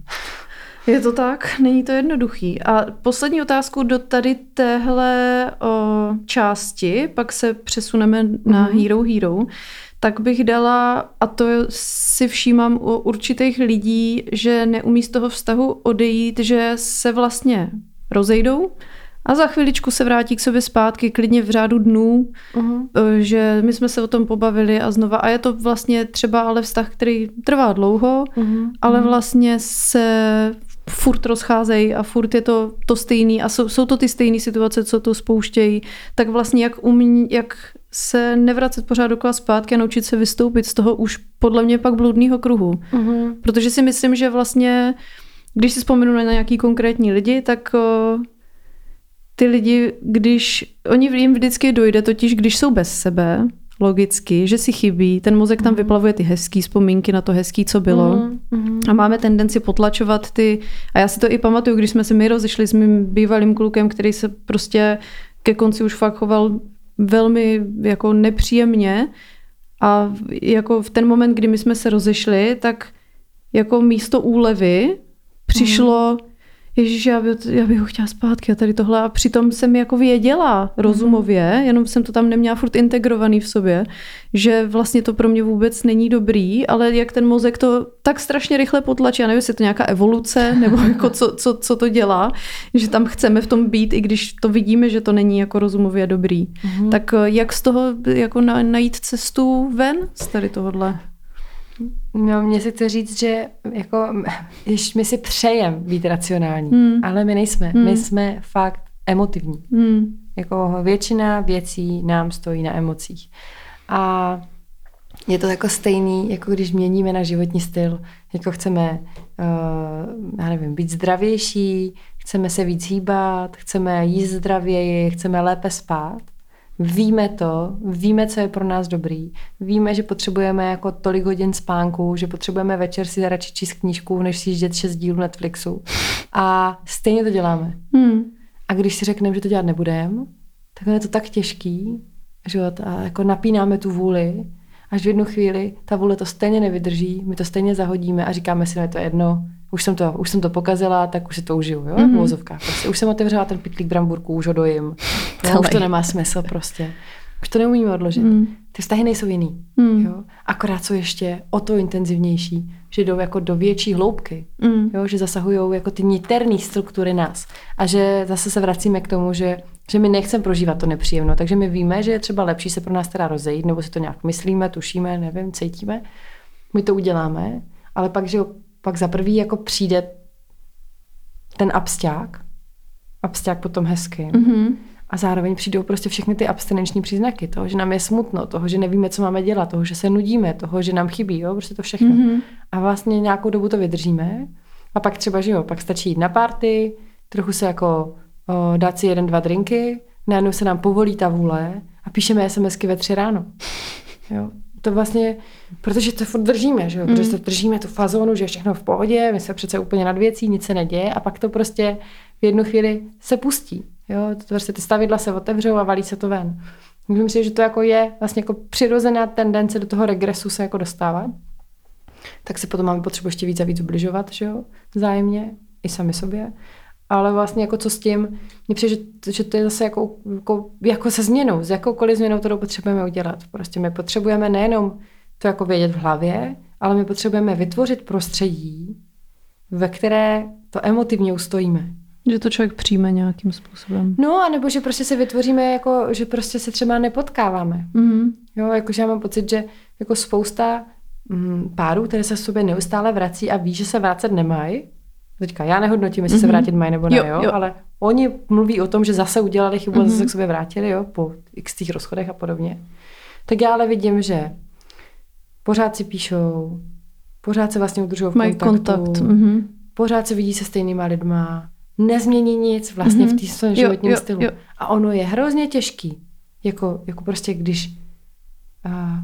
Je to tak, není to jednoduchý. A poslední otázku do tady téhle o, části, pak se přesuneme mm. na Hero Hero, tak bych dala, a to si všímám u určitých lidí, že neumí z toho vztahu odejít, že se vlastně rozejdou a za chviličku se vrátí k sobě zpátky, klidně v řádu dnů, uh-huh. že my jsme se o tom pobavili a znova. A je to vlastně třeba ale vztah, který trvá dlouho, uh-huh. ale vlastně se furt rozcházejí a furt je to to stejný a jsou, jsou to ty stejné situace, co to spouštějí. Tak vlastně jak umí, jak se nevracet pořád dokola zpátky a naučit se vystoupit z toho už podle mě pak bludného kruhu. Uh-huh. Protože si myslím, že vlastně, když si vzpomenu na nějaký konkrétní lidi, tak uh, ty lidi, když oni jim vždycky dojde, totiž když jsou bez sebe, logicky, že si chybí, ten mozek tam uh-huh. vyplavuje ty hezký vzpomínky na to hezký, co bylo. Uh-huh. A máme tendenci potlačovat ty, a já si to i pamatuju, když jsme se my rozešli s mým bývalým klukem, který se prostě ke konci už fakt choval velmi jako nepříjemně a jako v ten moment, kdy my jsme se rozešli, tak jako místo úlevy přišlo, ježiš, já, by, já bych ho chtěla zpátky a tady tohle a přitom jsem jako věděla rozumově, jenom jsem to tam neměla furt integrovaný v sobě, že vlastně to pro mě vůbec není dobrý, ale jak ten mozek to tak strašně rychle potlačí, já nevím, jestli je to nějaká evoluce, nebo jako co, co, co to dělá, že tam chceme v tom být, i když to vidíme, že to není jako rozumově dobrý. Mm-hmm. Tak jak z toho jako na, najít cestu ven z tady tohohle? No, mně si chce říct, že jako, když my si přejeme být racionální, hmm. ale my nejsme. Hmm. My jsme fakt emotivní. Hmm. Jako většina věcí nám stojí na emocích. A je to jako stejný, jako když měníme na životní styl. Jako chceme, uh, já nevím, být zdravější, chceme se víc hýbat, chceme jíst zdravěji, chceme lépe spát. Víme to, víme, co je pro nás dobrý, víme, že potřebujeme jako tolik hodin spánku, že potřebujeme večer si radši číst knížku, než si jíždět šest dílů Netflixu. A stejně to děláme. Hmm. A když si řekneme, že to dělat nebudeme, tak je to tak těžký, že a jako napínáme tu vůli, až v jednu chvíli ta vůle to stejně nevydrží, my to stejně zahodíme a říkáme si, no je to jedno, už jsem to, už jsem to pokazila, tak už si to užiju, jo, mm-hmm. v uvozovkách. Prostě už jsem otevřela ten pytlík bramburků, už ho dojím. Jo, už to nemá smysl prostě. Už to neumíme odložit. Mm. Ty vztahy nejsou jiný. Mm. Jo? Akorát jsou ještě o to intenzivnější, že jdou jako do větší hloubky, mm. jo? Že zasahujou jako ty niterné struktury nás. A že zase se vracíme k tomu, že, že my nechceme prožívat to nepříjemno. Takže my víme, že je třeba lepší se pro nás teda rozejít, nebo si to nějak myslíme, tušíme, nevím, cítíme. My to uděláme, ale pak, že pak za prvý jako přijde ten absťák, absťák potom hezky. Mm-hmm. A zároveň přijdou prostě všechny ty abstinenční příznaky toho, že nám je smutno, toho, že nevíme, co máme dělat, toho, že se nudíme, toho, že nám chybí, jo, prostě to všechno. Mm-hmm. A vlastně nějakou dobu to vydržíme a pak třeba, že jo, pak stačí jít na party, trochu se jako o, dát si jeden, dva drinky, najednou se nám povolí ta vůle a píšeme SMSky ve tři ráno. Jo. To vlastně, protože to furt držíme, že jo, mm. protože to držíme tu fazónu, že je všechno v pohodě, my jsme přece úplně nad věcí, nic se neděje a pak to prostě v jednu chvíli se pustí. Jo, to prostě ty stavidla se otevřou a valí se to ven. Myslím si, že to jako je vlastně jako přirozená tendence do toho regresu se jako dostávat. Tak se potom máme potřebu ještě víc a víc ubližovat, že jo, vzájemně, i sami sobě. Ale vlastně jako co s tím, mně přijde, že, že to je zase jako, jako, jako se změnou, s jakoukoliv změnou, kterou potřebujeme udělat. Prostě my potřebujeme nejenom to jako vědět v hlavě, ale my potřebujeme vytvořit prostředí, ve které to emotivně ustojíme. Že to člověk přijme nějakým způsobem. No, anebo že prostě se vytvoříme, jako, že prostě se třeba nepotkáváme. Mm-hmm. Jo, jakože já mám pocit, že jako spousta mm, párů, které se v sobě neustále vrací a ví, že se vracet nemají. Teďka já nehodnotím, jestli mm-hmm. se vrátit mají nebo ne, jo, jo, ale oni mluví o tom, že zase udělali chybu mm-hmm. a zase k sobě vrátili, jo, po x těch rozchodech a podobně. Tak já ale vidím, že pořád si píšou, pořád se vlastně udržují v mají kontaktu, kontakt. Mm-hmm. pořád se vidí se stejnýma lidma, nezmění nic vlastně mm-hmm. v tom svém životním jo, jo, stylu. Jo. A ono je hrozně těžký. Jako, jako prostě, když a,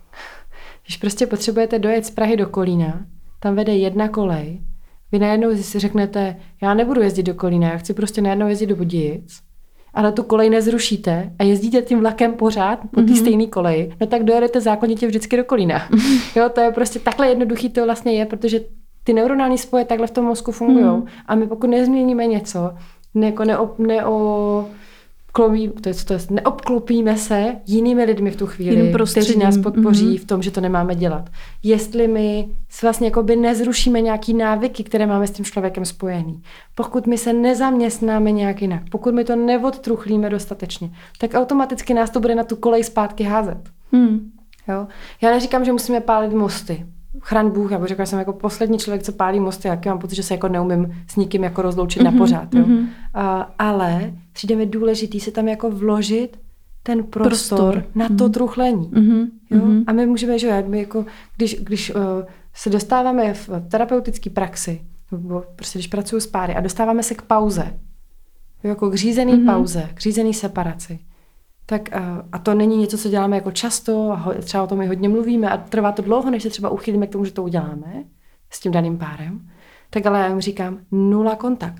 když prostě potřebujete dojet z Prahy do Kolína, tam vede jedna kolej, vy najednou si řeknete, já nebudu jezdit do Kolína, já chci prostě najednou jezdit do Budějic, ale tu kolej nezrušíte a jezdíte tím vlakem pořád po té mm-hmm. stejné koleji, no tak dojedete zákonitě vždycky do Kolína. Jo, to je prostě takhle jednoduchý to vlastně je, protože ty neuronální spoje takhle v tom mozku fungují. Mm. A my pokud nezměníme něco, ne, jako neop, neo, klobí, to je, to je, neobklopíme se jinými lidmi v tu chvíli, kteří nás podpoří mm. v tom, že to nemáme dělat. Jestli my vlastně jakoby nezrušíme nějaký návyky, které máme s tím člověkem spojený, pokud my se nezaměstnáme nějak jinak, pokud my to neodtruchlíme dostatečně, tak automaticky nás to bude na tu kolej zpátky házet. Mm. Jo? Já neříkám, že musíme pálit mosty. Chraň Bůh, já bych řekla, že jsem jako poslední člověk, co pálí mosty, jak mám pocit, že se jako neumím s nikým jako rozloučit mm-hmm, na pořád. Jo? Mm-hmm. A, ale přijde mi důležitý se tam jako vložit ten prostor, prostor. na to mm-hmm. truchlení. Mm-hmm. Jo? A my můžeme, že my jako, když, když uh, se dostáváme v terapeutické praxi, nebo prostě když pracuju s páry a dostáváme se k pauze, jo? Jako k řízený mm-hmm. pauze, k řízený separaci, tak a to není něco, co děláme jako často, a třeba o tom i hodně mluvíme a trvá to dlouho, než se třeba uchýlíme k tomu, že to uděláme s tím daným párem, tak ale já jim říkám nula kontakt.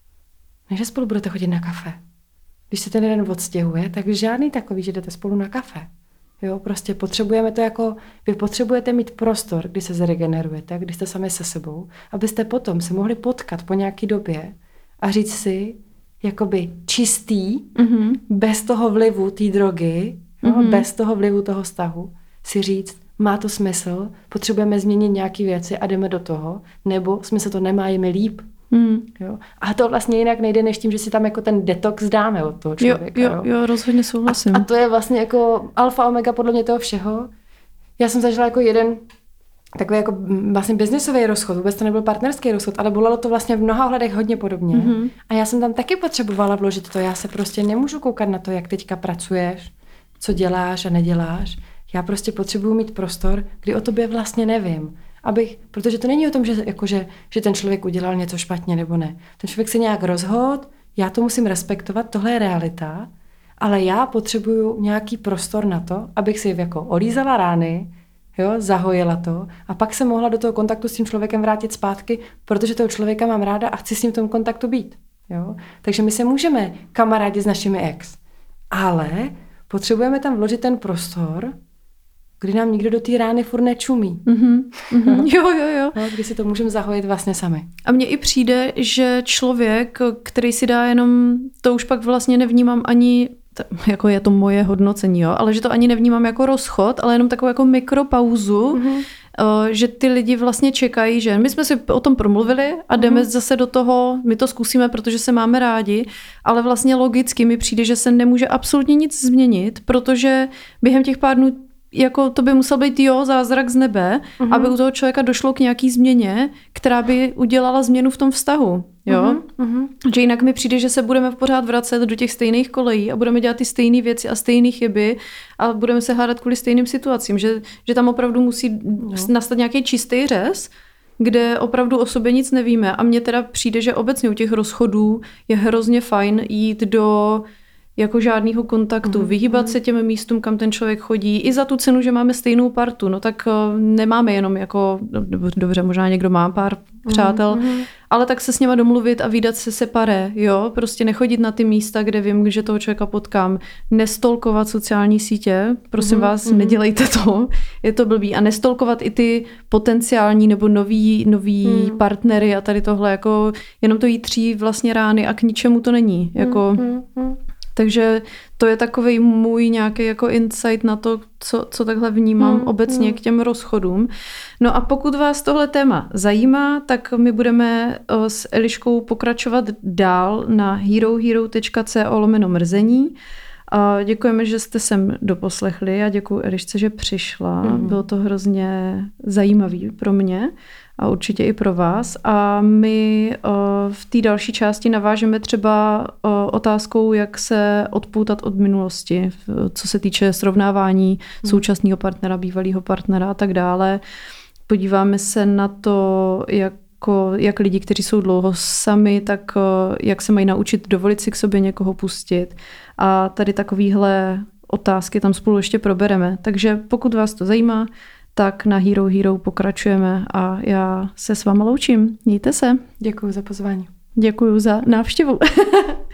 Než spolu budete chodit na kafe. Když se ten jeden odstěhuje, tak žádný takový, že jdete spolu na kafe. Jo, prostě potřebujeme to jako, vy potřebujete mít prostor, kdy se zregenerujete, kdy jste sami se sebou, abyste potom se mohli potkat po nějaký době a říct si, jakoby čistý, mm-hmm. bez toho vlivu té drogy, mm-hmm. no, bez toho vlivu toho vztahu, si říct, má to smysl, potřebujeme změnit nějaké věci a jdeme do toho, nebo smysl to nemá, je mi líp. Mm. Jo? A to vlastně jinak nejde, než tím, že si tam jako ten detox dáme od toho člověka. Jo, jo, jo rozhodně souhlasím. A, a to je vlastně jako alfa omega podle mě toho všeho. Já jsem zažila jako jeden takový jako vlastně biznesový rozchod, vůbec to nebyl partnerský rozchod, ale bolelo to vlastně v mnoha ohledech hodně podobně. Mm-hmm. A já jsem tam taky potřebovala vložit to, já se prostě nemůžu koukat na to, jak teďka pracuješ, co děláš a neděláš. Já prostě potřebuju mít prostor, kdy o tobě vlastně nevím. Abych, protože to není o tom, že, jako že, že ten člověk udělal něco špatně nebo ne. Ten člověk se nějak rozhodl, já to musím respektovat, tohle je realita ale já potřebuju nějaký prostor na to, abych si jako olízala rány, jo, zahojila to a pak se mohla do toho kontaktu s tím člověkem vrátit zpátky, protože toho člověka mám ráda a chci s ním v tom kontaktu být. Jo? Takže my se můžeme kamarádit s našimi ex, ale potřebujeme tam vložit ten prostor, kdy nám nikdo do té rány furt nečumí. Mm-hmm. Mm-hmm. Jo, jo, jo. No, kdy si to můžeme zahojit vlastně sami. A mně i přijde, že člověk, který si dá jenom, to už pak vlastně nevnímám ani, jako je to moje hodnocení, jo, ale že to ani nevnímám jako rozchod, ale jenom takovou jako mikropauzu, mm-hmm. že ty lidi vlastně čekají, že my jsme si o tom promluvili a jdeme mm-hmm. zase do toho, my to zkusíme, protože se máme rádi, ale vlastně logicky mi přijde, že se nemůže absolutně nic změnit, protože během těch pár dnů jako to by musel být jo, zázrak z nebe, mm-hmm. aby u toho člověka došlo k nějaký změně, která by udělala změnu v tom vztahu. Jo? Mm-hmm. Že jinak mi přijde, že se budeme pořád vracet do těch stejných kolejí a budeme dělat ty stejné věci a stejné chyby a budeme se hádat kvůli stejným situacím. Že, že tam opravdu musí no. nastat nějaký čistý řez, kde opravdu o sobě nic nevíme. A mně teda přijde, že obecně u těch rozchodů je hrozně fajn jít do jako žádného kontaktu, mm, vyhýbat mm. se těm místům, kam ten člověk chodí, i za tu cenu, že máme stejnou partu, no tak uh, nemáme jenom jako, dobře, možná někdo má pár přátel, mm, ale tak se s něma domluvit a vídat se separé, jo, prostě nechodit na ty místa, kde vím, že toho člověka potkám, nestolkovat sociální sítě, prosím mm, vás, mm. nedělejte to, je to blbý, a nestolkovat i ty potenciální nebo nový, nový mm. partnery a tady tohle, jako jenom to jí tří vlastně rány a k ničemu to není, jako... Mm, mm. Takže to je takový můj nějaký jako insight na to, co, co takhle vnímám hmm, obecně hmm. k těm rozchodům. No a pokud vás tohle téma zajímá, tak my budeme s Eliškou pokračovat dál na herohero.co lomeno mrzení. A děkujeme, že jste sem doposlechli a děkuji Elišce, že přišla. Hmm. Bylo to hrozně zajímavý pro mě a určitě i pro vás. A my v té další části navážeme třeba otázkou, jak se odpoutat od minulosti, co se týče srovnávání hmm. současného partnera, bývalého partnera a tak dále. Podíváme se na to, jak jak lidi, kteří jsou dlouho sami, tak jak se mají naučit dovolit si k sobě někoho pustit. A tady takovýhle otázky tam spolu ještě probereme. Takže pokud vás to zajímá, tak na Hero Hero pokračujeme a já se s váma loučím. Mějte se. Děkuji za pozvání. Děkuji za návštěvu.